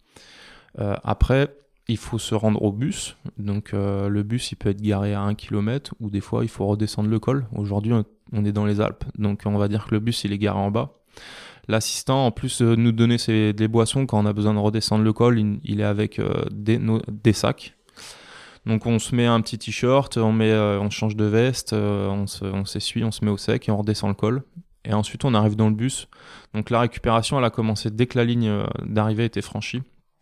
Speaker 1: Après, il faut se rendre au bus. Donc, le bus, il peut être garé à 1 km ou des fois, il faut redescendre le col. Aujourd'hui, on est dans les Alpes. Donc, on va dire que le bus, il est garé en bas. L'assistant, en plus de nous donner des boissons, quand on a besoin de redescendre le col, il est avec des sacs. Donc on se met un petit t-shirt, on change de veste, on s'essuie, on se met au sec et on redescend le col. Et ensuite on arrive dans le bus. Donc la récupération elle a commencé dès que la ligne d'arrivée était franchie.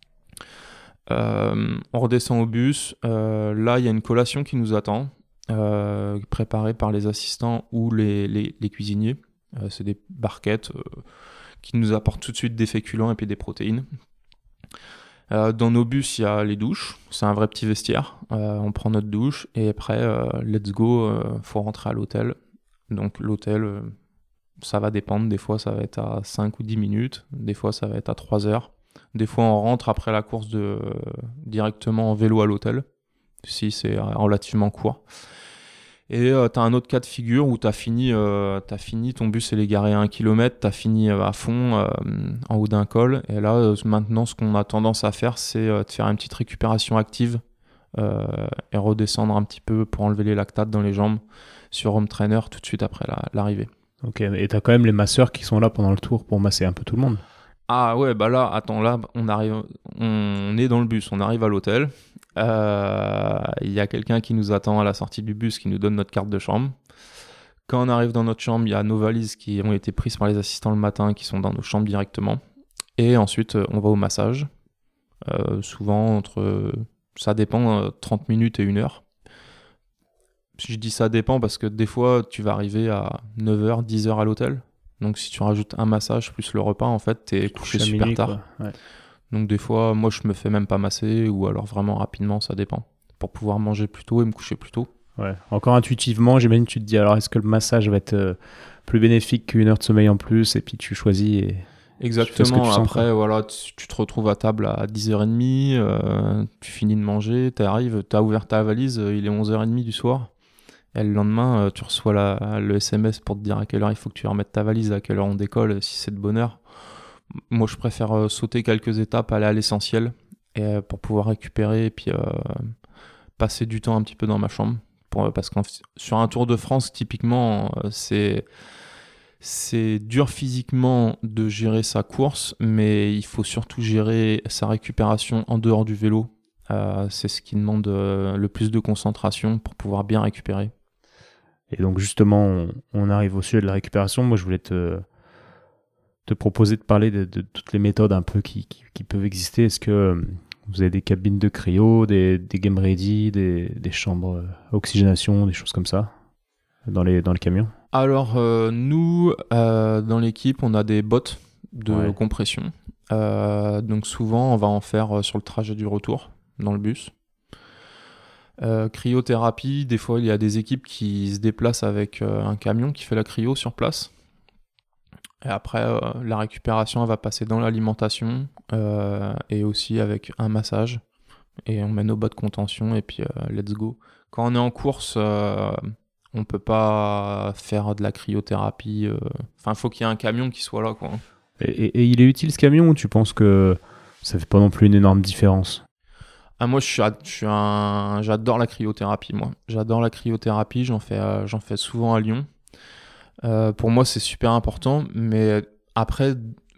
Speaker 1: On redescend au bus. Là il y a une collation qui nous attend, préparée par les assistants ou les cuisiniers. C'est des barquettes qui nous apporte tout de suite des féculents et puis des protéines. Dans nos bus, il y a les douches. C'est un vrai petit vestiaire. On prend notre douche et après, let's go, faut rentrer à l'hôtel. Donc l'hôtel, ça va dépendre. Des fois, ça va être à 5 ou 10 minutes. Des fois, ça va être à 3 heures. Des fois, on rentre après la course directement en vélo à l'hôtel, si c'est relativement court. Et tu as un autre cas de figure où tu as fini, ton bus est garé à 1 km, tu as fini à fond en haut d'un col. Et là, maintenant, ce qu'on a tendance à faire, c'est de faire une petite récupération active et redescendre un petit peu pour enlever les lactates dans les jambes sur home trainer tout de suite après l'arrivée.
Speaker 2: Ok, et tu as quand même les masseurs qui sont là pendant le tour pour masser un peu tout le monde.
Speaker 1: Ah ouais, bah là, attends, là, on est dans le bus, on arrive à l'hôtel. Il y a quelqu'un qui nous attend à la sortie du bus qui nous donne notre carte de chambre. Quand on arrive dans notre chambre, il y a nos valises qui ont été prises par les assistants le matin qui sont dans nos chambres directement. Et ensuite, on va au massage. Souvent, ça dépend, 30 minutes et 1 heure. Je dis ça dépend parce que des fois, tu vas arriver à 9h, 10h à l'hôtel. Donc si tu rajoutes un massage plus le repas, en fait, t'es couché super
Speaker 2: minuit,
Speaker 1: tard.
Speaker 2: Ouais.
Speaker 1: Donc des fois, moi, je me fais même pas masser ou alors vraiment rapidement, ça dépend. Pour pouvoir manger plus tôt et me coucher plus tôt.
Speaker 2: Ouais. Encore intuitivement, j'imagine tu te dis alors est-ce que le massage va être plus bénéfique qu'une heure de sommeil en plus et puis tu choisis et
Speaker 1: exactement.
Speaker 2: tu sens,
Speaker 1: après, voilà, tu te retrouves à table à 10h30, tu finis de manger, t'as ouvert ta valise, il est 11h30 du soir. Et le lendemain, tu reçois le SMS pour te dire à quelle heure il faut que tu remettes ta valise, à quelle heure on décolle, si c'est de bonne heure. Moi, je préfère sauter quelques étapes, aller à l'essentiel pour pouvoir récupérer et puis passer du temps un petit peu dans ma chambre. Parce que sur un Tour de France, typiquement, c'est dur physiquement de gérer sa course, mais il faut surtout gérer sa récupération en dehors du vélo. C'est ce qui demande le plus de concentration pour pouvoir bien récupérer.
Speaker 2: Et donc justement, on arrive au sujet de la récupération. Moi, je voulais te proposer de parler de toutes les méthodes un peu qui peuvent exister. Est-ce que vous avez des cabines de cryo, des game ready, des chambres à oxygénation, des choses comme ça dans le camion?
Speaker 1: Alors, nous, dans l'équipe, on a des bottes de compression. Donc souvent, on va en faire sur le trajet du retour dans le bus. Cryothérapie, des fois il y a des équipes qui se déplacent avec un camion qui fait la cryo sur place. Et après, la récupération elle va passer dans l'alimentation et aussi avec un massage. Et on met nos bas de contention et puis let's go. Quand on est en course, on peut pas faire de la cryothérapie. Enfin, faut qu'il y ait un camion qui soit là, quoi.
Speaker 2: Et il est utile ce camion ou tu penses que ça fait pas non plus une énorme différence?
Speaker 1: Moi, j'adore la cryothérapie, moi. J'adore la cryothérapie, j'en fais souvent à Lyon. Pour moi, c'est super important, mais après,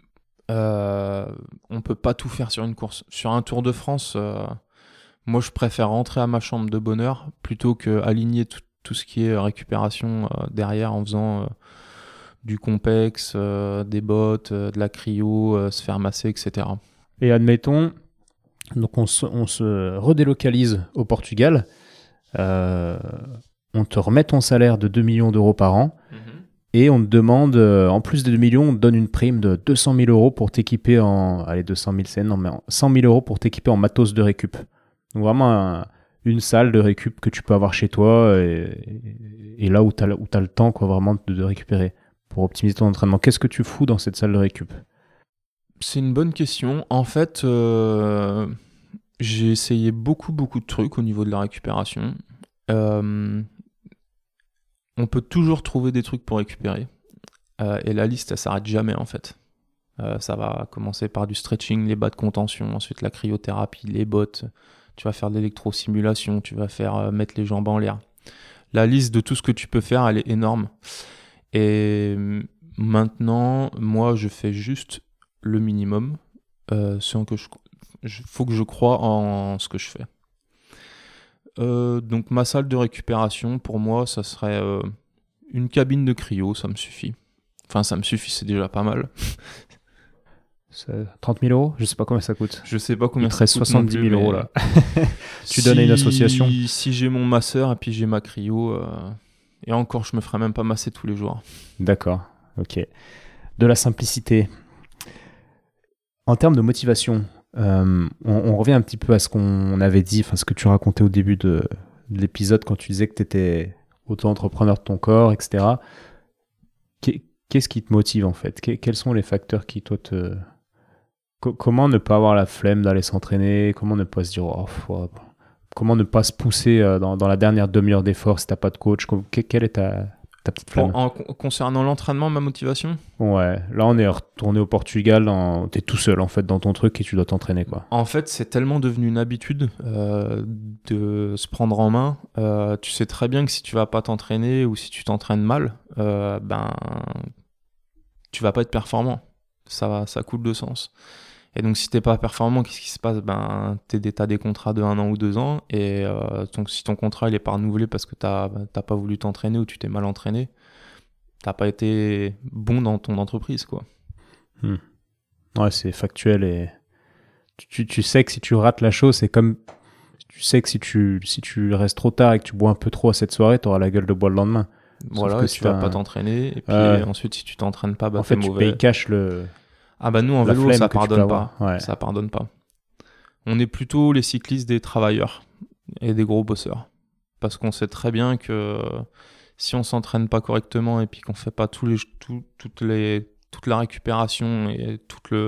Speaker 1: on peut pas tout faire sur une course. Sur un Tour de France, moi, je préfère rentrer à ma chambre de bonne heure plutôt qu'aligner tout ce qui est récupération derrière en faisant du complexe, des bottes, de la cryo, se faire masser, etc.
Speaker 2: Et admettons... Donc on se redélocalise au Portugal, on te remet ton salaire de 2 millions d'euros par an et on te demande, en plus des 2 millions, on te donne une prime de 200 000 euros pour t'équiper 200 000 c'est non, mais 100 000 euros pour t'équiper en matos de récup. Donc vraiment une salle de récup que tu peux avoir chez toi et là où t'as le temps quoi, vraiment de récupérer pour optimiser ton entraînement. Qu'est-ce que tu fous dans cette salle de récup ?
Speaker 1: C'est une bonne question. En fait, j'ai essayé beaucoup de trucs au niveau de la récupération. On peut toujours trouver des trucs pour récupérer. Et la liste, elle s'arrête jamais, en fait. Ça va commencer par du stretching, les bas de contention, ensuite la cryothérapie, les bottes. Tu vas faire de l'électrosimulation, tu vas faire mettre les jambes en l'air. La liste de tout ce que tu peux faire, elle est énorme. Et maintenant, moi, je fais juste le minimum, faut que je croie en ce que je fais. Donc ma salle de récupération, pour moi, ça serait une cabine de cryo, ça me suffit. Enfin, ça me suffit, c'est déjà pas mal.
Speaker 2: 30 000 euros ? Je sais pas combien ça coûte.
Speaker 1: Je sais pas combien
Speaker 2: ça coûte. Il te reste 70 000 euros là. Tu donnes à une association ?
Speaker 1: Si j'ai mon masseur et puis j'ai ma cryo, et encore, je me ferai même pas masser tous les jours.
Speaker 2: D'accord, ok. De la simplicité. En termes de motivation, on revient un petit peu à ce qu'on avait dit, enfin ce que tu racontais au début de l'épisode quand tu disais que tu étais auto-entrepreneur de ton corps, etc. Qu'est-ce qui te motive en fait? Quels sont les facteurs qui, toi, comment ne pas avoir la flemme d'aller s'entraîner? Comment ne pas se dire, comment ne pas se pousser dans la dernière demi-heure d'effort si t'as pas de coach? Quelle est ta petite flamme?
Speaker 1: Concernant l'entraînement, ma motivation?
Speaker 2: Ouais, là on est retourné au Portugal, t'es tout seul en fait dans ton truc et tu dois t'entraîner quoi.
Speaker 1: En fait, c'est tellement devenu une habitude de se prendre en main. Tu sais très bien que si tu vas pas t'entraîner ou si tu t'entraînes mal, tu vas pas être performant. Ça coule de sens. Et donc si t'es pas performant, qu'est-ce qui se passe? T'as des contrats de 1 an ou 2 ans, et donc si ton contrat il est pas renouvelé parce que t'as pas voulu t'entraîner ou tu t'es mal entraîné, t'as pas été bon dans ton entreprise, quoi.
Speaker 2: Ouais, c'est factuel, et tu sais que si tu rates la chose, c'est comme tu sais que si tu restes trop tard et que tu bois un peu trop à cette soirée, t'auras la gueule de bois le lendemain.
Speaker 1: Voilà, et tu vas pas t'entraîner, et puis ensuite si tu t'entraînes pas,
Speaker 2: en fait tu payes cash le...
Speaker 1: Ah bah nous en vélo ça pardonne pas.
Speaker 2: Ouais.
Speaker 1: Ça pardonne pas. On est plutôt les cyclistes des travailleurs et des gros bosseurs. Parce qu'on sait très bien que si on s'entraîne pas correctement et puis qu'on fait pas toute la récupération et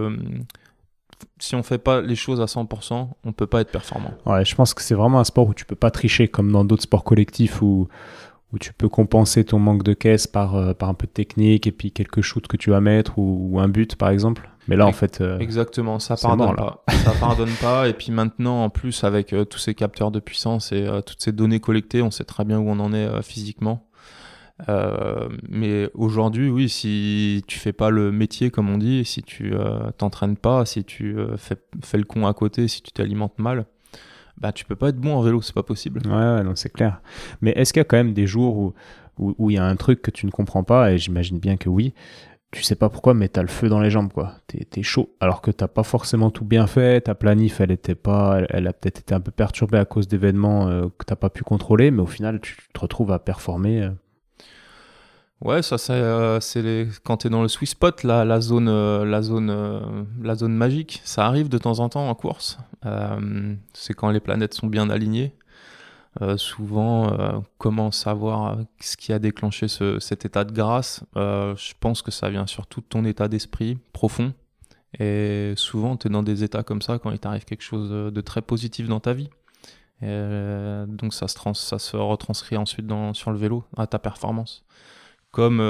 Speaker 1: si on fait pas les choses à 100%, on peut pas être performant.
Speaker 2: Ouais, je pense que c'est vraiment un sport où tu peux pas tricher comme dans d'autres sports collectifs où tu peux compenser ton manque de caisse par un peu de technique et puis quelques shoots que tu vas mettre ou un but par exemple. Mais là en fait...
Speaker 1: exactement, ça pardonne pas. Ça pardonne pas, et puis maintenant en plus avec tous ces capteurs de puissance et toutes ces données collectées, on sait très bien où on en est physiquement. Mais aujourd'hui, oui, si tu fais pas le métier comme on dit, si tu t'entraînes pas, si tu fais le con à côté, si tu t'alimentes mal, tu peux pas être bon en vélo, c'est pas possible.
Speaker 2: Ouais, non, c'est clair. Mais est-ce qu'il y a quand même des jours où il y a un truc que tu ne comprends pas, et j'imagine bien que oui, tu sais pas pourquoi, mais t'as le feu dans les jambes, quoi. T'es chaud, alors que t'as pas forcément tout bien fait, ta planif, elle a peut-être été un peu perturbée à cause d'événements que t'as pas pu contrôler, mais au final, tu te retrouves à performer.
Speaker 1: Ouais, ça c'est quand t'es dans le sweet spot, la zone magique. Ça arrive de temps en temps en course. C'est quand les planètes sont bien alignées. Souvent, comment savoir ce qui a déclenché cet état de grâce? Je pense que ça vient surtout de ton état d'esprit profond. Et souvent, t'es dans des états comme ça quand il t'arrive quelque chose de très positif dans ta vie. Donc ça se retranscrit ensuite sur le vélo, à ta performance. Comme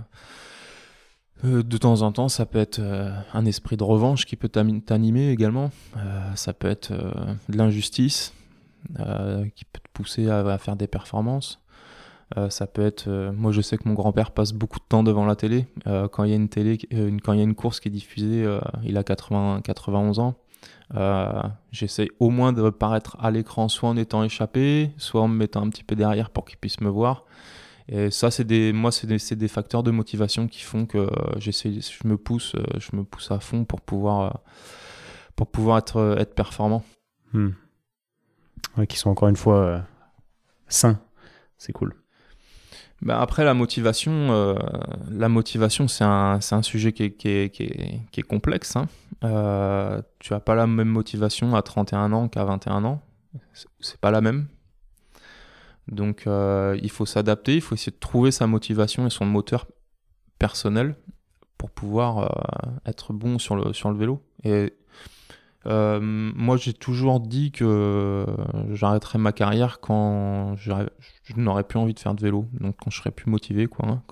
Speaker 1: de temps en temps, ça peut être un esprit de revanche qui peut t'animer également. Ça peut être de l'injustice qui peut te pousser à faire des performances. Ça peut être... moi, je sais que mon grand-père passe beaucoup de temps devant la télé. Quand il y a quand il y a une course qui est diffusée, il a 91 ans. J'essaie au moins de paraître à l'écran, soit en étant échappé, soit en me mettant un petit peu derrière pour qu'il puisse me voir. Et ça, c'est des facteurs de motivation qui font que je me pousse à fond pour pouvoir être performant.
Speaker 2: Ouais, qui sont encore une fois sains, c'est cool.
Speaker 1: Après, la motivation, c'est un sujet qui est complexe. Hein. Tu n'as pas la même motivation à 31 ans qu'à 21 ans. C'est pas la même. Donc il faut s'adapter, il faut essayer de trouver sa motivation et son moteur personnel pour pouvoir être bon sur le vélo. Et moi j'ai toujours dit que j'arrêterais ma carrière quand je n'aurais plus envie de faire de vélo, donc quand je serais plus motivé, quoi, hein,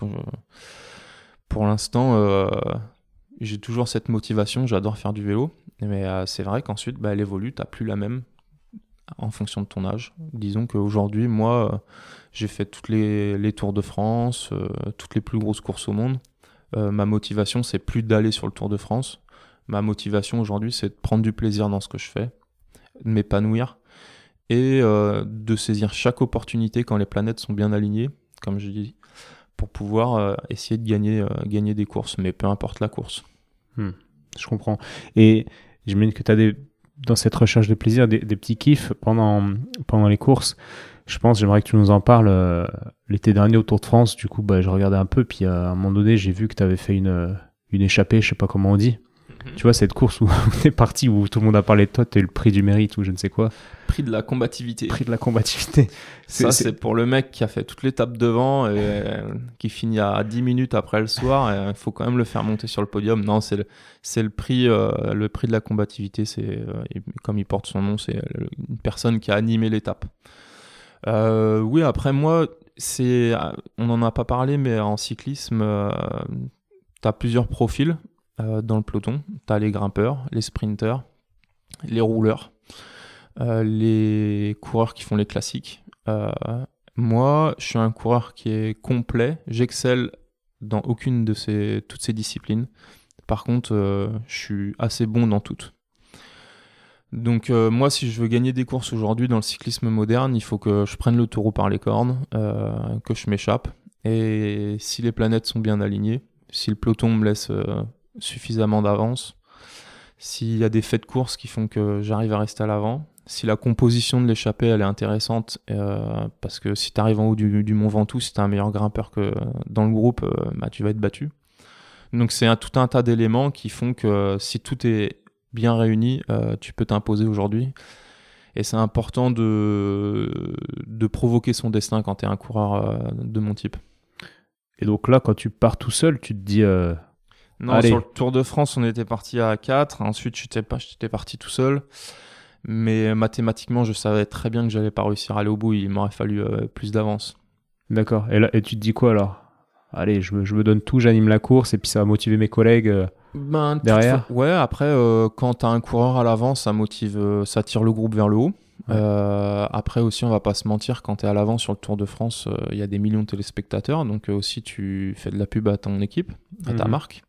Speaker 1: Pour l'instant j'ai toujours cette motivation, j'adore faire du vélo, mais c'est vrai qu'ensuite elle évolue, t'as plus la même en fonction de ton âge. Disons qu'aujourd'hui, moi, j'ai fait toutes les Tours de France, toutes les plus grosses courses au monde. Ma motivation, c'est plus d'aller sur le Tour de France. Ma motivation aujourd'hui, c'est de prendre du plaisir dans ce que je fais, de m'épanouir et de saisir chaque opportunité quand les planètes sont bien alignées, comme je dis, pour pouvoir essayer de gagner des courses, mais peu importe la course.
Speaker 2: Je comprends. Et j'imagine que tu as dans cette recherche de plaisir, des petits kiffs pendant les courses. J'aimerais que tu nous en parles. L'été dernier au Tour de France, du coup, je regardais un peu, puis à un moment donné, j'ai vu que tu avais fait une échappée, je sais pas comment on dit. Tu vois, cette course où t'es parti, où tout le monde a parlé de toi, t'es le prix du mérite ou je ne sais quoi.
Speaker 1: Prix de la combativité.
Speaker 2: Prix de la combativité.
Speaker 1: C'est pour le mec qui a fait toute l'étape devant et qui finit à 10 minutes après le soir. Il faut quand même le faire monter sur le podium. Non, c'est le prix de la combativité. Comme il porte son nom, c'est une personne qui a animé l'étape. Oui, après moi, on n'en a pas parlé, mais en cyclisme, tu as plusieurs profils dans le peloton. Tu as les grimpeurs, les sprinteurs, les rouleurs, les coureurs qui font les classiques. Moi, je suis un coureur qui est complet. J'excelle dans aucune de toutes ces disciplines. Par contre, je suis assez bon dans toutes. Donc moi, si je veux gagner des courses aujourd'hui dans le cyclisme moderne, il faut que je prenne le taureau par les cornes, que je m'échappe. Et si les planètes sont bien alignées, si le peloton me laisse suffisamment d'avance, s'il y a des faits de course qui font que j'arrive à rester à l'avant, si la composition de l'échappée elle est intéressante, parce que si tu arrives en haut du Mont Ventoux, si tu es un meilleur grimpeur que dans le groupe, tu vas être battu. Donc c'est tout un tas d'éléments qui font que si tout est bien réuni, tu peux t'imposer aujourd'hui. Et c'est important de provoquer son destin quand tu es un coureur de mon type.
Speaker 2: Et donc là, quand tu pars tout seul, tu te dis...
Speaker 1: Non,
Speaker 2: allez.
Speaker 1: Sur le Tour de France, on était parti à 4. Ensuite, j'étais parti tout seul. Mais mathématiquement, je savais très bien que j'allais pas réussir à aller au bout. Il m'aurait fallu plus d'avance.
Speaker 2: D'accord. Et tu te dis quoi alors ? Allez, je me donne tout, j'anime la course et puis ça va motiver mes collègues derrière.
Speaker 1: Ouais, après, quand tu as un coureur à l'avant, ça motive, ça tire le groupe vers le haut. Ouais. Après aussi, on va pas se mentir, quand tu es à l'avant sur le Tour de France, il y a des millions de téléspectateurs. Donc aussi, tu fais de la pub à ton équipe, à ta marque.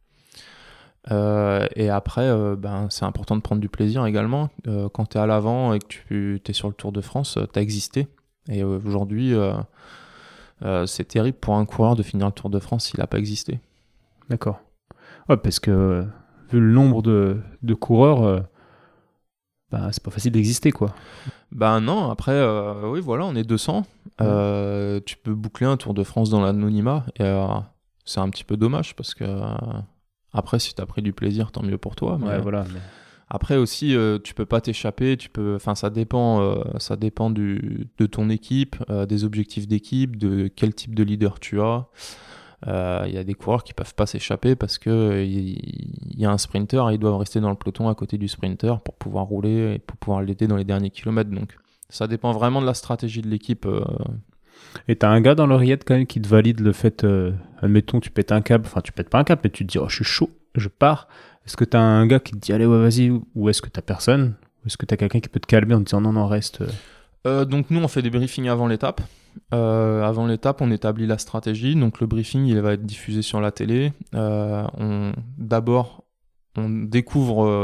Speaker 1: Et après, c'est important de prendre du plaisir également. Quand tu es à l'avant et que tu es sur le Tour de France, tu as existé. Et aujourd'hui, c'est terrible pour un coureur de finir le Tour de France s'il n'a pas existé.
Speaker 2: D'accord. Ouais, parce que vu le nombre de coureurs, c'est pas facile d'exister, quoi.
Speaker 1: Non, après, oui, voilà, on est 200. Tu peux boucler un Tour de France dans l'anonymat. Et c'est un petit peu dommage parce que... Après, si tu as pris du plaisir, tant mieux pour toi. Mais
Speaker 2: voilà.
Speaker 1: Après aussi, tu peux pas t'échapper. Ça dépend de ton équipe, des objectifs d'équipe, de quel type de leader tu as. Il y a des coureurs qui peuvent pas s'échapper parce que il y a un sprinter et ils doivent rester dans le peloton à côté du sprinter pour pouvoir rouler et pour pouvoir l'aider dans les derniers kilomètres. Donc, ça dépend vraiment de la stratégie de l'équipe.
Speaker 2: Et t'as un gars dans l'oreillette quand même qui te valide le fait, admettons, tu pètes un câble, enfin tu pètes pas un câble, mais tu te dis, oh je suis chaud, je pars. Est-ce que t'as un gars qui te dit, allez ouais vas-y, ou est-ce que t'as personne ? Ou est-ce que t'as quelqu'un qui peut te calmer en te disant, non, reste
Speaker 1: Donc nous on fait des briefings avant l'étape. Avant l'étape, on établit la stratégie, donc le briefing il va être diffusé sur la télé. On découvre,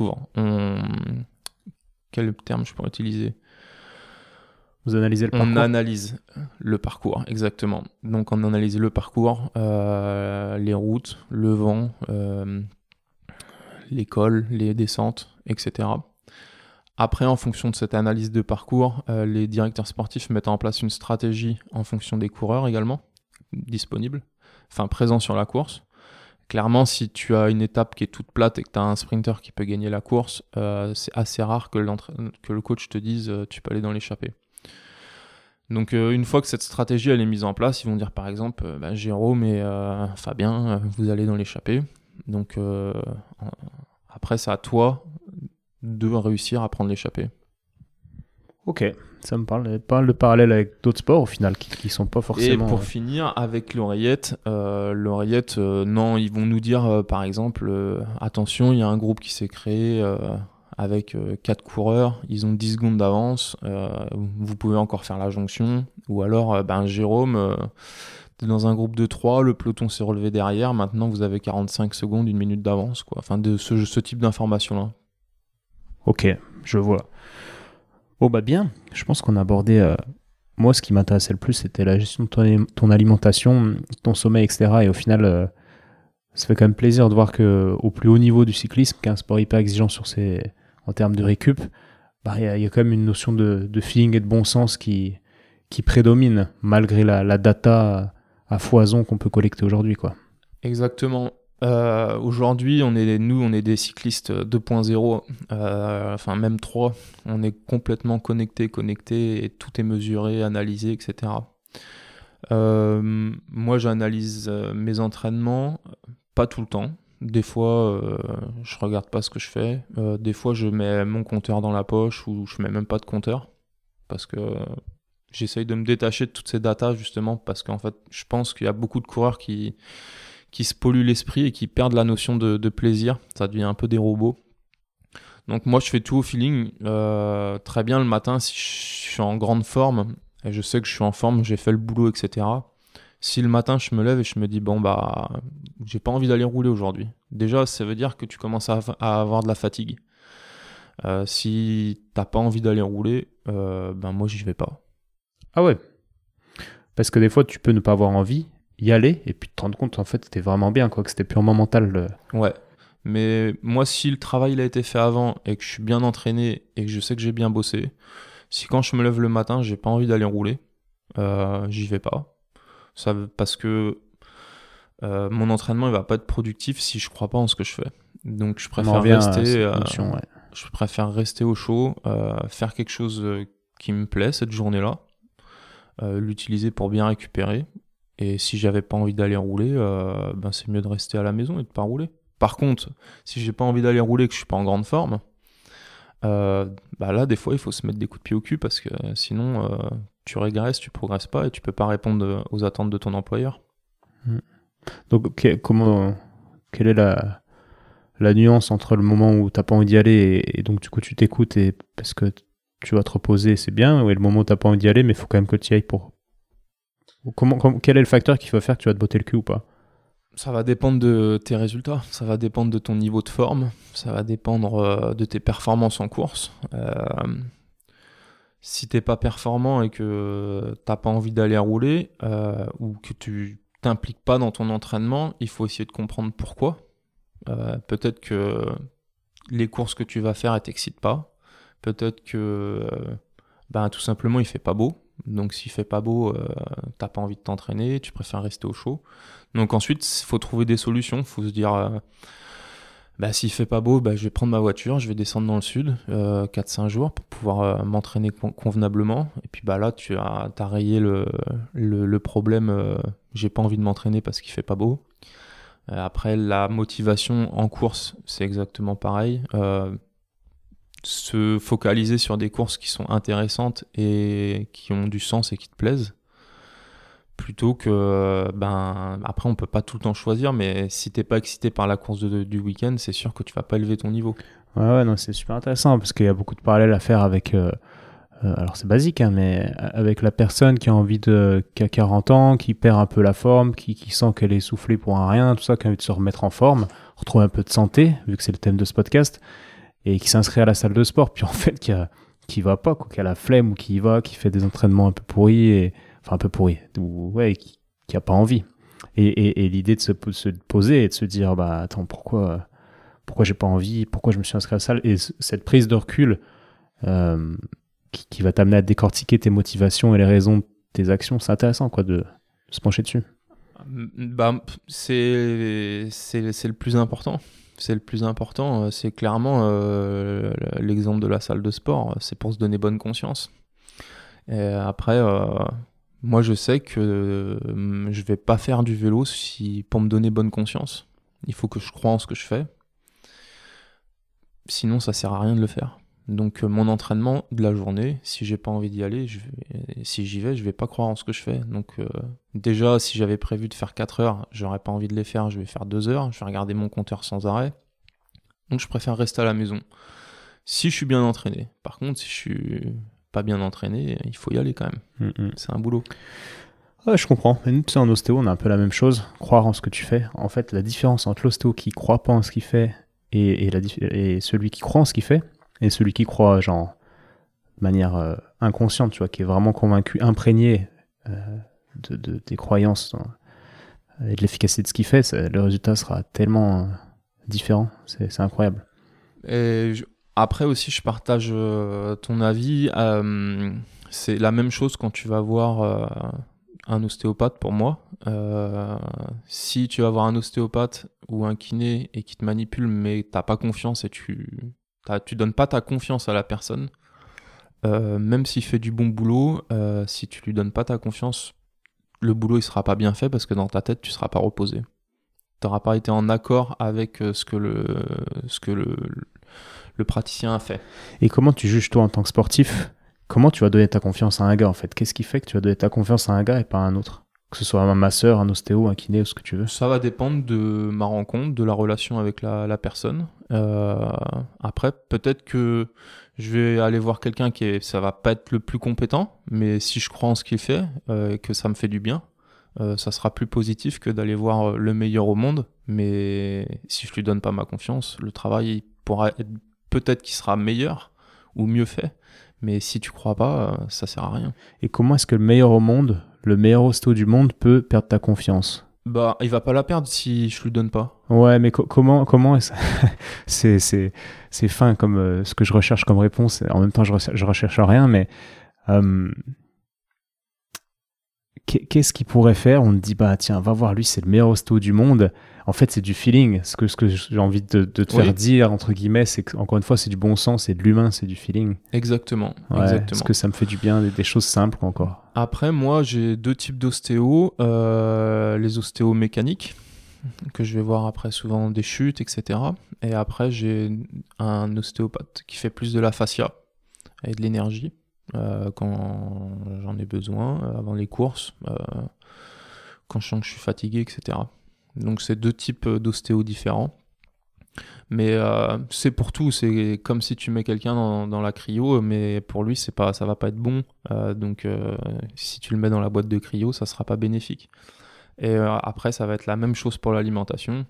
Speaker 1: quel terme je pourrais utiliser ?
Speaker 2: Vous analysez le parcours ?
Speaker 1: On analyse le parcours, exactement. Donc on analyse le parcours, les routes, le vent, les cols, les descentes, etc. Après, en fonction de cette analyse de parcours, les directeurs sportifs mettent en place une stratégie en fonction des coureurs également, disponibles, présents sur la course. Clairement, si tu as une étape qui est toute plate et que tu as un sprinter qui peut gagner la course, c'est assez rare que le coach te dise tu peux aller dans l'échappée. Donc une fois que cette stratégie elle est mise en place, ils vont dire par exemple Jérôme et Fabien, vous allez dans l'échappée. Donc après c'est à toi de réussir à prendre l'échappée.
Speaker 2: Ok, ça me parle pas le parallèle avec d'autres sports au final qui sont pas forcément...
Speaker 1: Et pour finir avec l'oreillette, non, ils vont nous dire par exemple attention, il y a un groupe qui s'est créé... avec 4 coureurs, ils ont 10 secondes d'avance, vous pouvez encore faire la jonction, ou alors Jérôme, dans un groupe de 3, le peloton s'est relevé derrière, maintenant vous avez 45 secondes, 1 minute d'avance, quoi. De ce type d'informations-là.
Speaker 2: Ok, je vois. Bon bien, je pense qu'on a abordé... Moi, ce qui m'intéressait le plus, c'était la gestion de ton alimentation, ton sommeil, etc. Et au final, ça fait quand même plaisir de voir qu'au plus haut niveau du cyclisme, qui est un sport hyper exigeant en termes de récup, y a quand même une notion de feeling et de bon sens qui prédomine, malgré la data à foison qu'on peut collecter aujourd'hui, quoi.
Speaker 1: Exactement. Aujourd'hui, on est des cyclistes 2.0, enfin même 3. On est complètement connecté et tout est mesuré, analysé, etc. Moi, j'analyse mes entraînements, pas tout le temps. Des fois, je regarde pas ce que je fais. Des fois, je mets mon compteur dans la poche ou je mets même pas de compteur parce que j'essaye de me détacher de toutes ces datas justement parce qu'en fait, je pense qu'il y a beaucoup de coureurs qui se polluent l'esprit et qui perdent la notion de plaisir. Ça devient un peu des robots. Donc moi, je fais tout au feeling. Très bien le matin, si je suis en grande forme, et je sais que je suis en forme, j'ai fait le boulot, etc. Si le matin, je me lève et je me dis, bon, bah, j'ai pas envie d'aller rouler aujourd'hui. Déjà, ça veut dire que tu commences à avoir de la fatigue. Si t'as pas envie d'aller rouler, ben moi, j'y vais pas.
Speaker 2: Ah ouais. Parce que des fois, tu peux ne pas avoir envie, y aller, et puis te rendre compte, en fait, c'était vraiment bien, quoi, que c'était purement mental.
Speaker 1: Ouais. Mais moi, si le travail il a été fait avant et que je suis bien entraîné et que je sais que j'ai bien bossé, si quand je me lève le matin, j'ai pas envie d'aller rouler, j'y vais pas. Parce que mon entraînement il va pas être productif si je crois pas en ce que je fais. Donc je préfère je préfère rester au chaud, faire quelque chose qui me plaît cette journée-là, l'utiliser pour bien récupérer. Et si j'avais pas envie d'aller rouler, ben c'est mieux de rester à la maison et de pas rouler. Par contre, si j'ai pas envie d'aller rouler et que je suis pas en grande forme, bah là des fois il faut se mettre des coups de pied au cul parce que sinon tu régresses, tu progresses pas et tu peux pas répondre aux attentes de ton employeur.
Speaker 2: Donc quelle est la nuance entre le moment où t'as pas envie d'y aller et donc du coup tu t'écoutes et parce que tu vas te reposer, c'est bien, et le moment où t'as pas envie d'y aller mais il faut quand même que tu y ailles pour... Quel est le facteur qui va faire que tu vas te botter le cul ou pas?
Speaker 1: Ça va dépendre de tes résultats, ça va dépendre de ton niveau de forme, ça va dépendre de tes performances en course. Si t'es pas performant et que t'as pas envie d'aller rouler ou que tu t'impliques pas dans ton entraînement, il faut essayer de comprendre pourquoi. Peut-être que les courses que tu vas faire elles t'excitent pas. Peut-être que ben, tout simplement il fait pas beau. Donc s'il fait pas beau, t'as pas envie de t'entraîner, tu préfères rester au chaud. Donc ensuite, il faut trouver des solutions. Il faut se dire, bah, s'il fait pas beau, bah, je vais prendre ma voiture, je vais descendre dans le sud 4-5 jours pour pouvoir m'entraîner convenablement. Et puis bah, là, tu as rayé le problème, j'ai pas envie de m'entraîner parce qu'il fait pas beau. Après, la motivation en course, c'est exactement pareil. Se focaliser sur des courses qui sont intéressantes et qui ont du sens et qui te plaisent. Plutôt que, ben, après, on peut pas tout le temps choisir, mais si t'es pas excité par la course du week-end, c'est sûr que tu vas pas élever ton niveau.
Speaker 2: Ouais, non, c'est super intéressant parce qu'il y a beaucoup de parallèles à faire avec. Alors, c'est basique, hein, mais avec la personne qui a envie qui a 40 ans, qui perd un peu la forme, qui sent qu'elle est essoufflée pour un rien, tout ça, qui a envie de se remettre en forme, retrouver un peu de santé, vu que c'est le thème de ce podcast, et qui s'inscrit à la salle de sport, puis en fait, qui va pas, quoi, qui a la flemme ou qui y va, qui fait des entraînements un peu pourris, enfin un peu pourri, ouais, qui a pas envie. Et l'idée de se poser et de se dire, bah attends, pourquoi j'ai pas envie, pourquoi je me suis inscrit à la salle, et cette prise de recul qui va t'amener à décortiquer tes motivations et les raisons de tes actions, c'est intéressant quoi de se pencher dessus.
Speaker 1: Bah, c'est le plus important. C'est le plus important, c'est clairement l'exemple de la salle de sport, c'est pour se donner bonne conscience. Et après, moi je sais que je vais pas faire du vélo pour me donner bonne conscience. Il faut que je croie en ce que je fais. Sinon ça sert à rien de le faire. Donc mon entraînement de la journée, si j'ai pas envie d'y aller, si j'y vais, je vais pas croire en ce que je fais. Donc déjà, si j'avais prévu de faire 4 heures, j'aurais pas envie de les faire, je vais faire 2 heures, je vais regarder mon compteur sans arrêt. Donc je préfère rester à la maison. Si je suis bien entraîné. Par contre, si je suis pas bien entraîné, il faut y aller quand même. C'est un boulot.
Speaker 2: Ouais, je comprends. Et nous, tu sais, en ostéo, on a un peu la même chose. Croire en ce que tu fais. En fait, la différence entre l'ostéo qui croit pas en ce qu'il fait et celui qui croit en ce qu'il fait, et celui qui croit, genre, de manière inconsciente, tu vois, qui est vraiment convaincu, imprégné de tes croyances et de l'efficacité de ce qu'il fait, le résultat sera tellement différent. C'est incroyable.
Speaker 1: Et après aussi, je partage ton avis. C'est la même chose quand tu vas voir un ostéopathe pour moi. Si tu vas voir un ostéopathe ou un kiné et qui te manipule, mais t'as pas confiance et tu donnes pas ta confiance à la personne, même s'il fait du bon boulot, si tu lui donnes pas ta confiance, le boulot il sera pas bien fait parce que dans ta tête tu seras pas reposé. T'auras pas été en accord avec ce que le praticien a fait.
Speaker 2: Et comment tu juges toi en tant que sportif? Comment tu vas donner ta confiance à un gars en fait? Qu'est-ce qui fait que tu vas donner ta confiance à un gars et pas à un autre? Que ce soit un masseur, un ostéo, un kiné ou ce que tu veux.
Speaker 1: Ça va dépendre de ma rencontre, de la relation avec la personne. Après, peut-être que je vais aller voir quelqu'un ça va pas être le plus compétent, mais si je crois en ce qu'il fait, que ça me fait du bien, ça sera plus positif que d'aller voir le meilleur au monde. Mais si je lui donne pas ma confiance, le travail il pourra être peut-être qu'il sera meilleur ou mieux fait. Mais si tu crois pas, ça sert à rien.
Speaker 2: Et comment est-ce que le meilleur au monde, le meilleur ostéo du monde peut perdre ta confiance?
Speaker 1: Bah, il va pas la perdre si je lui donne pas.
Speaker 2: Ouais, mais comment est-ce... c'est fin comme ce que je recherche comme réponse. En même temps, je recherche rien, mais qu'est-ce qu'il pourrait faire? On te dit, bah tiens, va voir lui, c'est le meilleur ostéo du monde. En fait, c'est du feeling. Ce que j'ai envie de te faire dire, entre guillemets, c'est qu'encore une fois, c'est du bon sens, c'est de l'humain, c'est du feeling.
Speaker 1: Exactement.
Speaker 2: Ouais,
Speaker 1: exactement.
Speaker 2: Est-ce que ça me fait du bien, des choses simples encore?
Speaker 1: Après, moi, j'ai 2 types d'ostéo. Les ostéos mécaniques, que je vais voir après souvent des chutes, etc. Et après, j'ai un ostéopathe qui fait plus de la fascia et de l'énergie quand j'en ai besoin, avant les courses, quand je sens que je suis fatigué, etc. Donc, c'est 2 types d'ostéo différents. Mais c'est pour tout, c'est comme si tu mets quelqu'un dans la cryo, mais pour lui, ça va pas être bon. Donc, si tu le mets dans la boîte de cryo, ça sera pas bénéfique. Et après, ça va être la même chose pour l'alimentation.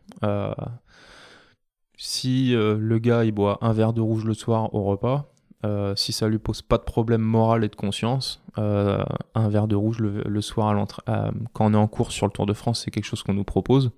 Speaker 1: Si le gars, il boit un verre de rouge le soir au repas, si ça lui pose pas de problème moral et de conscience, un verre de rouge le soir quand on est en course sur le Tour de France, c'est quelque chose qu'on nous propose.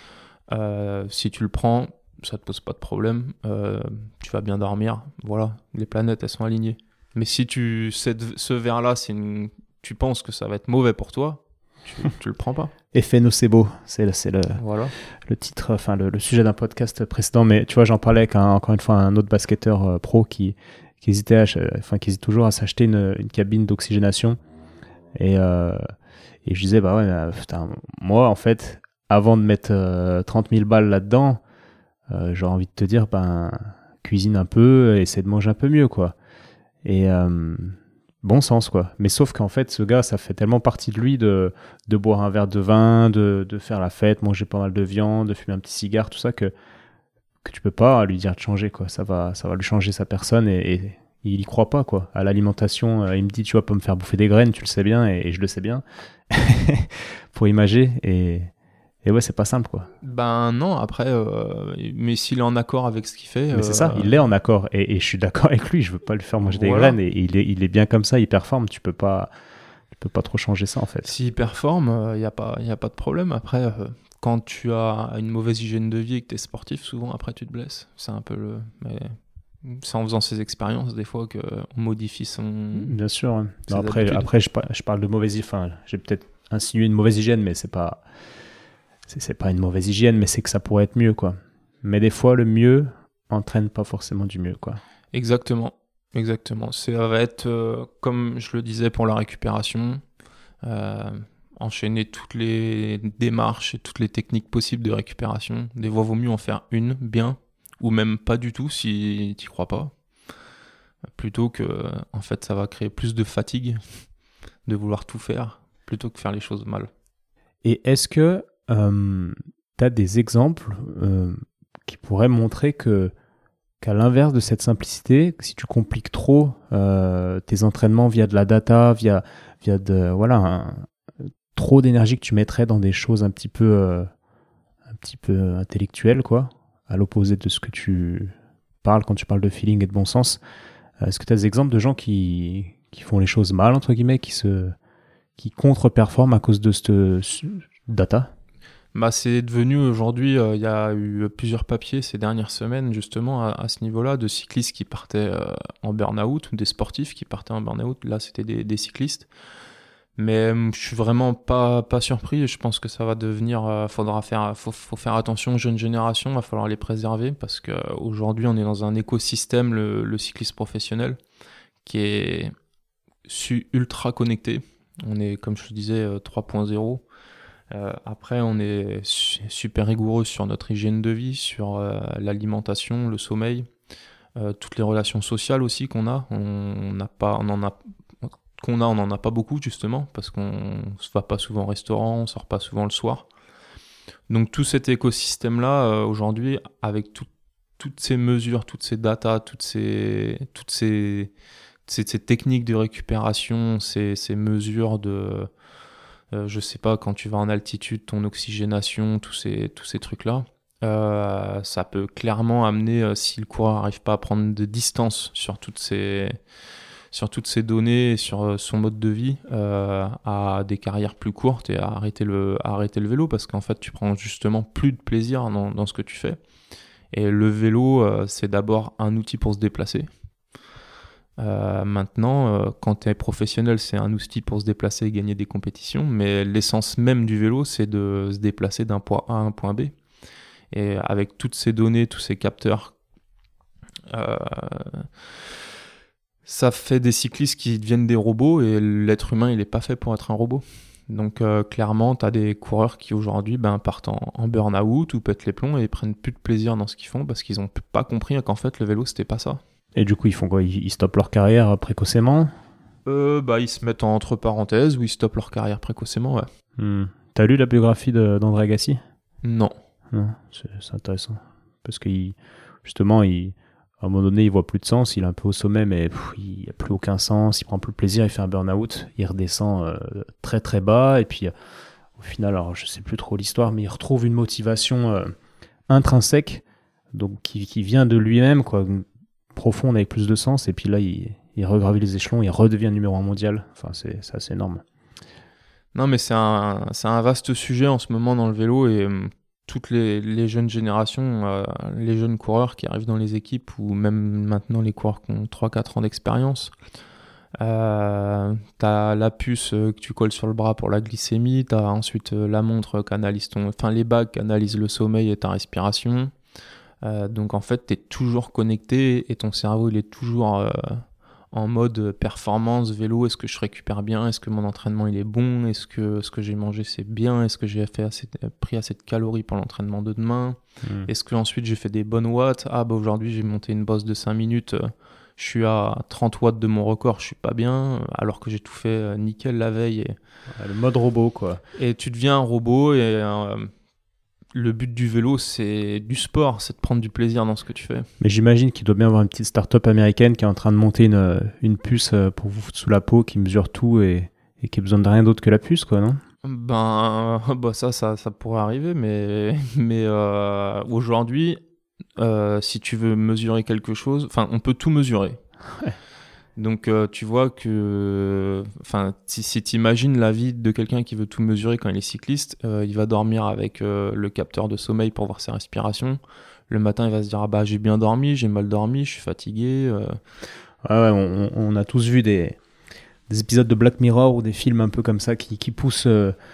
Speaker 1: Si tu le prends, ça te pose pas de problème, tu vas bien dormir, voilà, les planètes elles sont alignées. Mais si ce verre-là, tu penses que ça va être mauvais pour toi, tu le prends pas.
Speaker 2: Effet nocebo, c'est
Speaker 1: Voilà.
Speaker 2: le titre, enfin le sujet d'un podcast précédent, mais tu vois, j'en parlais avec encore une fois un autre basketteur pro qui hésite toujours à s'acheter une cabine d'oxygénation et je disais bah ouais, putain, moi en fait, avant de mettre 30 000 balles là-dedans, j'aurais envie de te dire, cuisine un peu, essaie de manger un peu mieux, quoi. Et bon sens, quoi. Mais sauf qu'en fait, ce gars, ça fait tellement partie de lui de boire un verre de vin, de faire la fête, manger pas mal de viande, de fumer un petit cigare, tout ça, que tu peux pas lui dire de changer, quoi. Ça va lui changer sa personne et il y croit pas, quoi. À l'alimentation, il me dit, tu vas pas me faire bouffer des graines, tu le sais bien, et je le sais bien, pour imager, et ouais, c'est pas simple, quoi.
Speaker 1: Ben non, après, mais s'il est en accord avec ce qu'il fait...
Speaker 2: Mais c'est ça, il est en accord, et je suis d'accord avec lui, je veux pas lui faire manger des graines, et il est bien comme ça, il performe, tu peux pas trop changer ça, en fait.
Speaker 1: S'il performe, y a pas de problème. Après, quand tu as une mauvaise hygiène de vie et que tu es sportif, souvent, après, tu te blesses. C'est un peu mais c'est en faisant ces expériences, des fois, qu'on modifie son...
Speaker 2: Bien sûr, hein. Non, après je parle de mauvaise hygiène, enfin, j'ai peut-être insinué une mauvaise hygiène, mais c'est pas une mauvaise hygiène, mais c'est que ça pourrait être mieux, quoi. Mais des fois, le mieux entraîne pas forcément du mieux, quoi.
Speaker 1: Exactement. Ça va être, comme je le disais pour la récupération, enchaîner toutes les démarches et toutes les techniques possibles de récupération. Des fois, vaut mieux en faire une, bien, ou même pas du tout si t'y crois pas. Plutôt que, en fait, ça va créer plus de fatigue de vouloir tout faire, plutôt que faire les choses mal.
Speaker 2: Et est-ce que tu as des exemples qui pourraient montrer qu'à l'inverse de cette simplicité, si tu compliques trop tes entraînements via de la data, via trop d'énergie que tu mettrais dans des choses un petit peu intellectuelles, quoi, à l'opposé de ce que tu parles quand tu parles de feeling et de bon sens, est-ce que tu as des exemples de gens qui font les choses mal, entre guillemets, qui contre-performent à cause de cette data?
Speaker 1: C'est devenu aujourd'hui, il y a eu plusieurs papiers ces dernières semaines justement à ce niveau-là, de cyclistes qui partaient en burn-out, ou des sportifs qui partaient en burn-out. Là, c'était des cyclistes. Mais je suis vraiment pas surpris. Je pense que ça va devenir. Faut faire attention aux jeunes générations. Il va falloir les préserver parce qu'aujourd'hui, on est dans un écosystème, le cyclisme professionnel, qui est ultra connecté. On est, comme je te disais, 3.0. Après, on est super rigoureux sur notre hygiène de vie, sur l'alimentation, le sommeil, toutes les relations sociales aussi qu'on a. On n'en a pas beaucoup justement parce qu'on se va pas souvent au restaurant, on sort pas souvent le soir. Donc tout cet écosystème-là, aujourd'hui, avec toutes ces mesures, toutes ces datas, toutes ces techniques de récupération, ces mesures de, je sais pas, quand tu vas en altitude, ton oxygénation, tous ces trucs-là, ça peut clairement amener, si le coureur n'arrive pas à prendre de distance sur toutes ces données et sur son mode de vie, à des carrières plus courtes et à arrêter le vélo parce qu'en fait tu prends justement plus de plaisir dans ce que tu fais. Et le vélo, c'est d'abord un outil pour se déplacer. Maintenant, quand tu es professionnel, c'est un outil pour se déplacer et gagner des compétitions, mais l'essence même du vélo, c'est de se déplacer d'un point A à un point B. Et avec toutes ces données, tous ces capteurs, ça fait des cyclistes qui deviennent des robots et l'être humain, il n'est pas fait pour être un robot. Donc clairement, tu as des coureurs qui aujourd'hui partent en burn-out ou pètent les plombs et prennent plus de plaisir dans ce qu'ils font parce qu'ils n'ont pas compris qu'en fait le vélo, c'était pas ça.
Speaker 2: Et du coup, ils font quoi? Ils stoppent leur carrière précocement?
Speaker 1: Ils se mettent entre parenthèses ou ils stoppent leur carrière précocement, ouais.
Speaker 2: T'as lu la biographie d'André Agassi?
Speaker 1: Non.
Speaker 2: C'est intéressant. Parce justement, à un moment donné, il voit plus de sens, il est un peu au sommet, mais il n'y a plus aucun sens, il prend plus de plaisir, il fait un burn-out, il redescend très très bas, et puis au final, alors je sais plus trop l'histoire, mais il retrouve une motivation intrinsèque, donc qui vient de lui-même, quoi, profonde avec plus de sens, et puis là, il regravit les échelons, il redevient numéro 1 mondial, enfin c'est assez énorme.
Speaker 1: Non, mais c'est un vaste sujet en ce moment dans le vélo, et toutes les jeunes générations, les jeunes coureurs qui arrivent dans les équipes, ou même maintenant les coureurs qui ont 3-4 ans d'expérience, t'as la puce que tu colles sur le bras pour la glycémie, t'as ensuite la montre les bagues qui analysent le sommeil et ta respiration. Donc en fait, t'es toujours connecté et ton cerveau il est toujours en mode performance, vélo. Est-ce que je récupère bien? Est-ce que mon entraînement il est bon? Est-ce que ce que j'ai mangé c'est bien? Est-ce que j'ai pris assez de calories pour l'entraînement de demain? Est-ce que ensuite j'ai fait des bonnes watts? Aujourd'hui j'ai monté une bosse de 5 minutes, je suis à 30 watts de mon record, je suis pas bien, alors que j'ai tout fait nickel la veille.
Speaker 2: Le mode robot, quoi.
Speaker 1: Et tu deviens un robot et le but du vélo, c'est du sport, c'est de prendre du plaisir dans ce que tu fais.
Speaker 2: Mais j'imagine qu'il doit bien avoir une petite start-up américaine qui est en train de monter une puce pour vous foutre sous la peau, qui mesure tout et qui a besoin de rien d'autre que la puce, quoi, non?
Speaker 1: Ça pourrait arriver, mais aujourd'hui, si tu veux mesurer quelque chose, on peut tout mesurer.
Speaker 2: Ouais.
Speaker 1: Donc tu vois que, si tu imagines la vie de quelqu'un qui veut tout mesurer quand il est cycliste, il va dormir avec le capteur de sommeil pour voir ses respirations. Le matin, il va se dire j'ai bien dormi, j'ai mal dormi, je suis fatigué.
Speaker 2: On a tous vu des épisodes de Black Mirror ou des films un peu comme ça qui poussent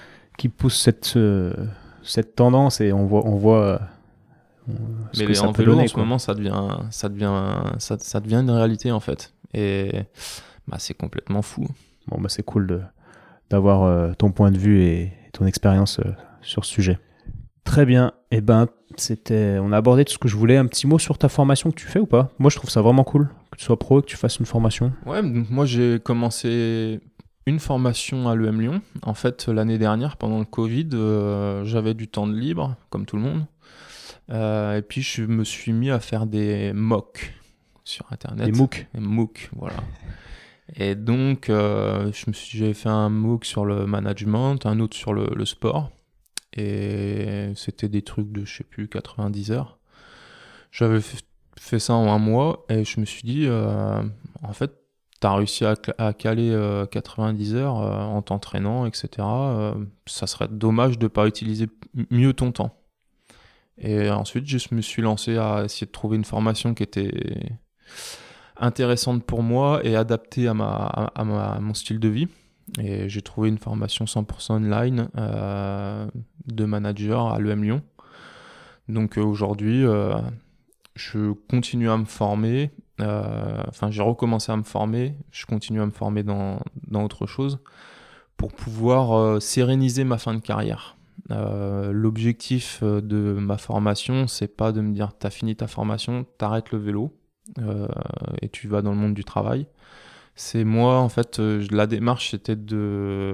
Speaker 2: cette tendance et on voit
Speaker 1: mais les en vélo, en ce moment, ça devient une réalité en fait. Et c'est complètement fou.
Speaker 2: Bon, c'est cool d'avoir ton point de vue et ton expérience sur ce sujet. Très bien. On a abordé tout ce que je voulais. Un petit mot sur ta formation que tu fais ou pas? Moi, je trouve ça vraiment cool que tu sois pro et que tu fasses une formation.
Speaker 1: Ouais, moi j'ai commencé une formation à l'EM Lyon. En fait, l'année dernière, pendant le Covid, j'avais du temps de libre, comme tout le monde. Et puis je me suis mis à faire des MOOC sur internet.
Speaker 2: Des MOOC.
Speaker 1: Des MOOC, voilà. Et donc j'ai fait un MOOC sur le management, un autre sur le sport. Et c'était des trucs de, je sais plus, 90 heures. J'avais fait ça en un mois et je me suis dit, en fait, t'as réussi à caler 90 heures en t'entraînant, etc. Ça serait dommage de pas utiliser mieux ton temps. Et ensuite, je me suis lancé à essayer de trouver une formation qui était intéressante pour moi et adaptée à mon style de vie. Et j'ai trouvé une formation 100% online de manager à l'EM Lyon. Donc aujourd'hui, je continue à me former. J'ai recommencé à me former. Je continue à me former dans autre chose pour pouvoir séréniser ma fin de carrière. L'objectif de ma formation, c'est pas de me dire t'as fini ta formation, t'arrêtes le vélo et tu vas dans le monde du travail. C'est moi, en fait, la démarche c'est de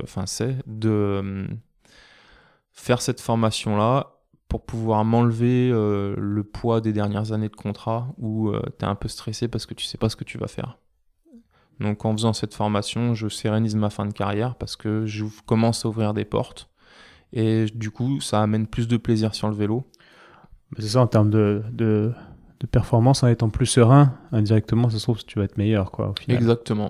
Speaker 1: faire cette formation-là pour pouvoir m'enlever le poids des dernières années de contrat où t'es un peu stressé parce que tu sais pas ce que tu vas faire. Donc en faisant cette formation, je sérénise ma fin de carrière parce que je commence à ouvrir des portes et du coup, ça amène plus de plaisir sur le vélo.
Speaker 2: C'est ça, en termes de performance, en étant plus serein, indirectement, ça se trouve que tu vas être meilleur, quoi, au final.
Speaker 1: Exactement.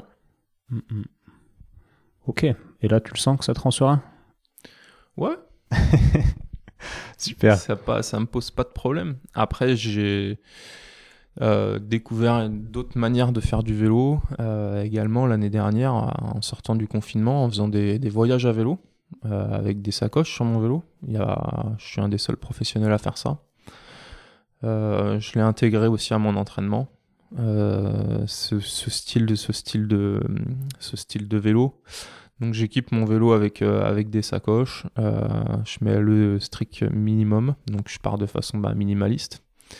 Speaker 2: Ok, et là, tu le sens que ça te rend serein ?
Speaker 1: Ouais.
Speaker 2: Super.
Speaker 1: Ça me pose pas de problème. Après, j'ai découvert d'autres manières de faire du vélo également l'année dernière en sortant du confinement, en faisant des voyages à vélo avec des sacoches sur mon vélo. Je suis un des seuls professionnels à faire ça. Je l'ai intégré aussi à mon entraînement. Ce style de vélo. Donc j'équipe mon vélo avec des sacoches. Je mets le strict minimum. Donc je pars de façon minimaliste.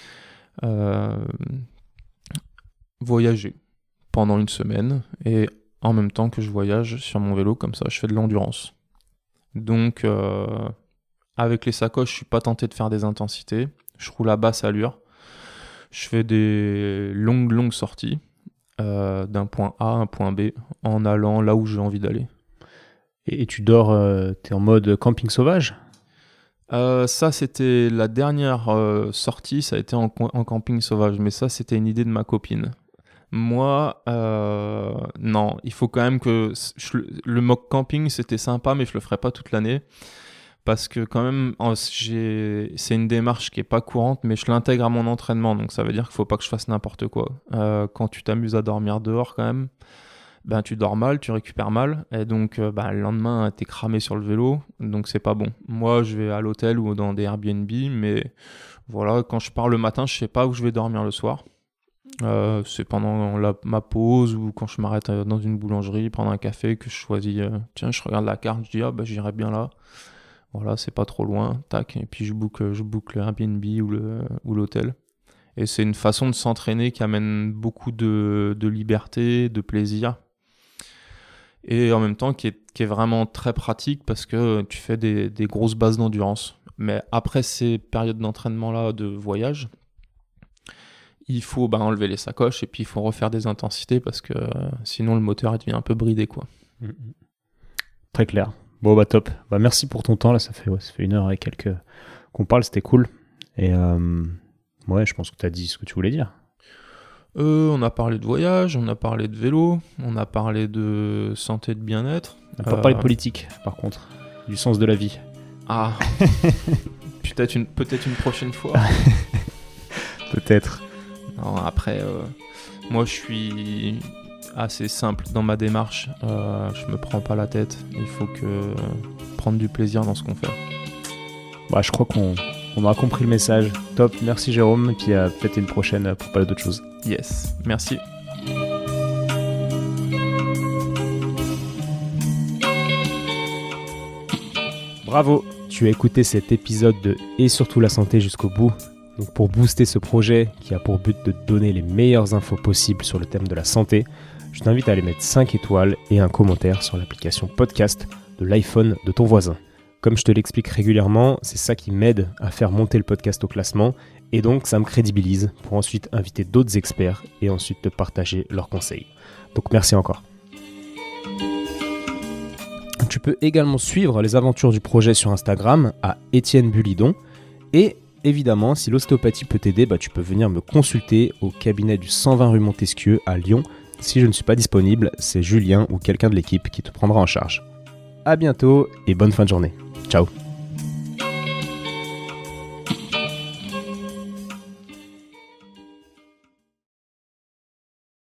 Speaker 1: Voyager pendant une semaine et en même temps que je voyage sur mon vélo, comme ça je fais de l'endurance. Donc avec les sacoches, je suis pas tenté de faire des intensités. Je roule à basse allure. Je fais des longues sorties d'un point A à un point B en allant là où j'ai envie d'aller.
Speaker 2: Et tu dors, t'es en mode camping sauvage ?
Speaker 1: Ça, c'était la dernière sortie, ça a été en camping sauvage, mais ça, c'était une idée de ma copine. Moi, non, il faut quand même que... Le mock camping, c'était sympa, mais je le ferai pas toute l'année. Parce que quand même, c'est une démarche qui est pas courante, mais je l'intègre à mon entraînement, donc ça veut dire qu'il faut pas que je fasse n'importe quoi. Quand tu t'amuses à dormir dehors quand même, tu dors mal, tu récupères mal, et donc le lendemain t'es cramé sur le vélo, donc c'est pas bon. Moi je vais à l'hôtel ou dans des Airbnb, mais voilà, quand je pars le matin, je sais pas où je vais dormir le soir. C'est pendant ma pause ou quand je m'arrête dans une boulangerie, prendre un café, que je choisis, je regarde la carte, je dis j'irai bien là. Voilà, c'est pas trop loin, tac, et puis je boucle Airbnb ou l'hôtel. Et c'est une façon de s'entraîner qui amène beaucoup de liberté, de plaisir. Et en même temps qui est vraiment très pratique parce que tu fais des grosses bases d'endurance. Mais après ces périodes d'entraînement-là, de voyage, il faut enlever les sacoches et puis il faut refaire des intensités parce que sinon le moteur il devient un peu bridé, quoi.
Speaker 2: Très clair. Bon top. Merci pour ton temps, là ça fait 1h et quelques qu'on parle, c'était cool. Et je pense que tu as dit ce que tu voulais dire.
Speaker 1: On a parlé de voyage, on a parlé de vélo, on a parlé de santé, de bien-être.
Speaker 2: On n'a pas parlé de politique, par contre, du sens de la vie.
Speaker 1: Ah, peut-être une prochaine fois.
Speaker 2: Peut-être.
Speaker 1: Non, après, moi je suis assez simple dans ma démarche. Je me prends pas la tête. Il faut prendre du plaisir dans ce qu'on fait.
Speaker 2: Je crois qu'on aura compris le message. Top, merci Jérôme. Et puis peut-être une prochaine pour parler d'autre chose.
Speaker 1: Yes, merci.
Speaker 2: Bravo, tu as écouté cet épisode de Et surtout la santé jusqu'au bout. Donc pour booster ce projet qui a pour but de te donner les meilleures infos possibles sur le thème de la santé, je t'invite à aller mettre 5 étoiles et un commentaire sur l'application podcast de l'iPhone de ton voisin. Comme je te l'explique régulièrement, c'est ça qui m'aide à faire monter le podcast au classement et donc ça me crédibilise pour ensuite inviter d'autres experts et ensuite te partager leurs conseils. Donc merci encore. Tu peux également suivre les aventures du projet sur Instagram à Étienne Bulidon et évidemment, si l'ostéopathie peut t'aider, tu peux venir me consulter au cabinet du 120 rue Montesquieu à Lyon. Si je ne suis pas disponible, c'est Julien ou quelqu'un de l'équipe qui te prendra en charge. À bientôt et bonne fin de journée. Ciao.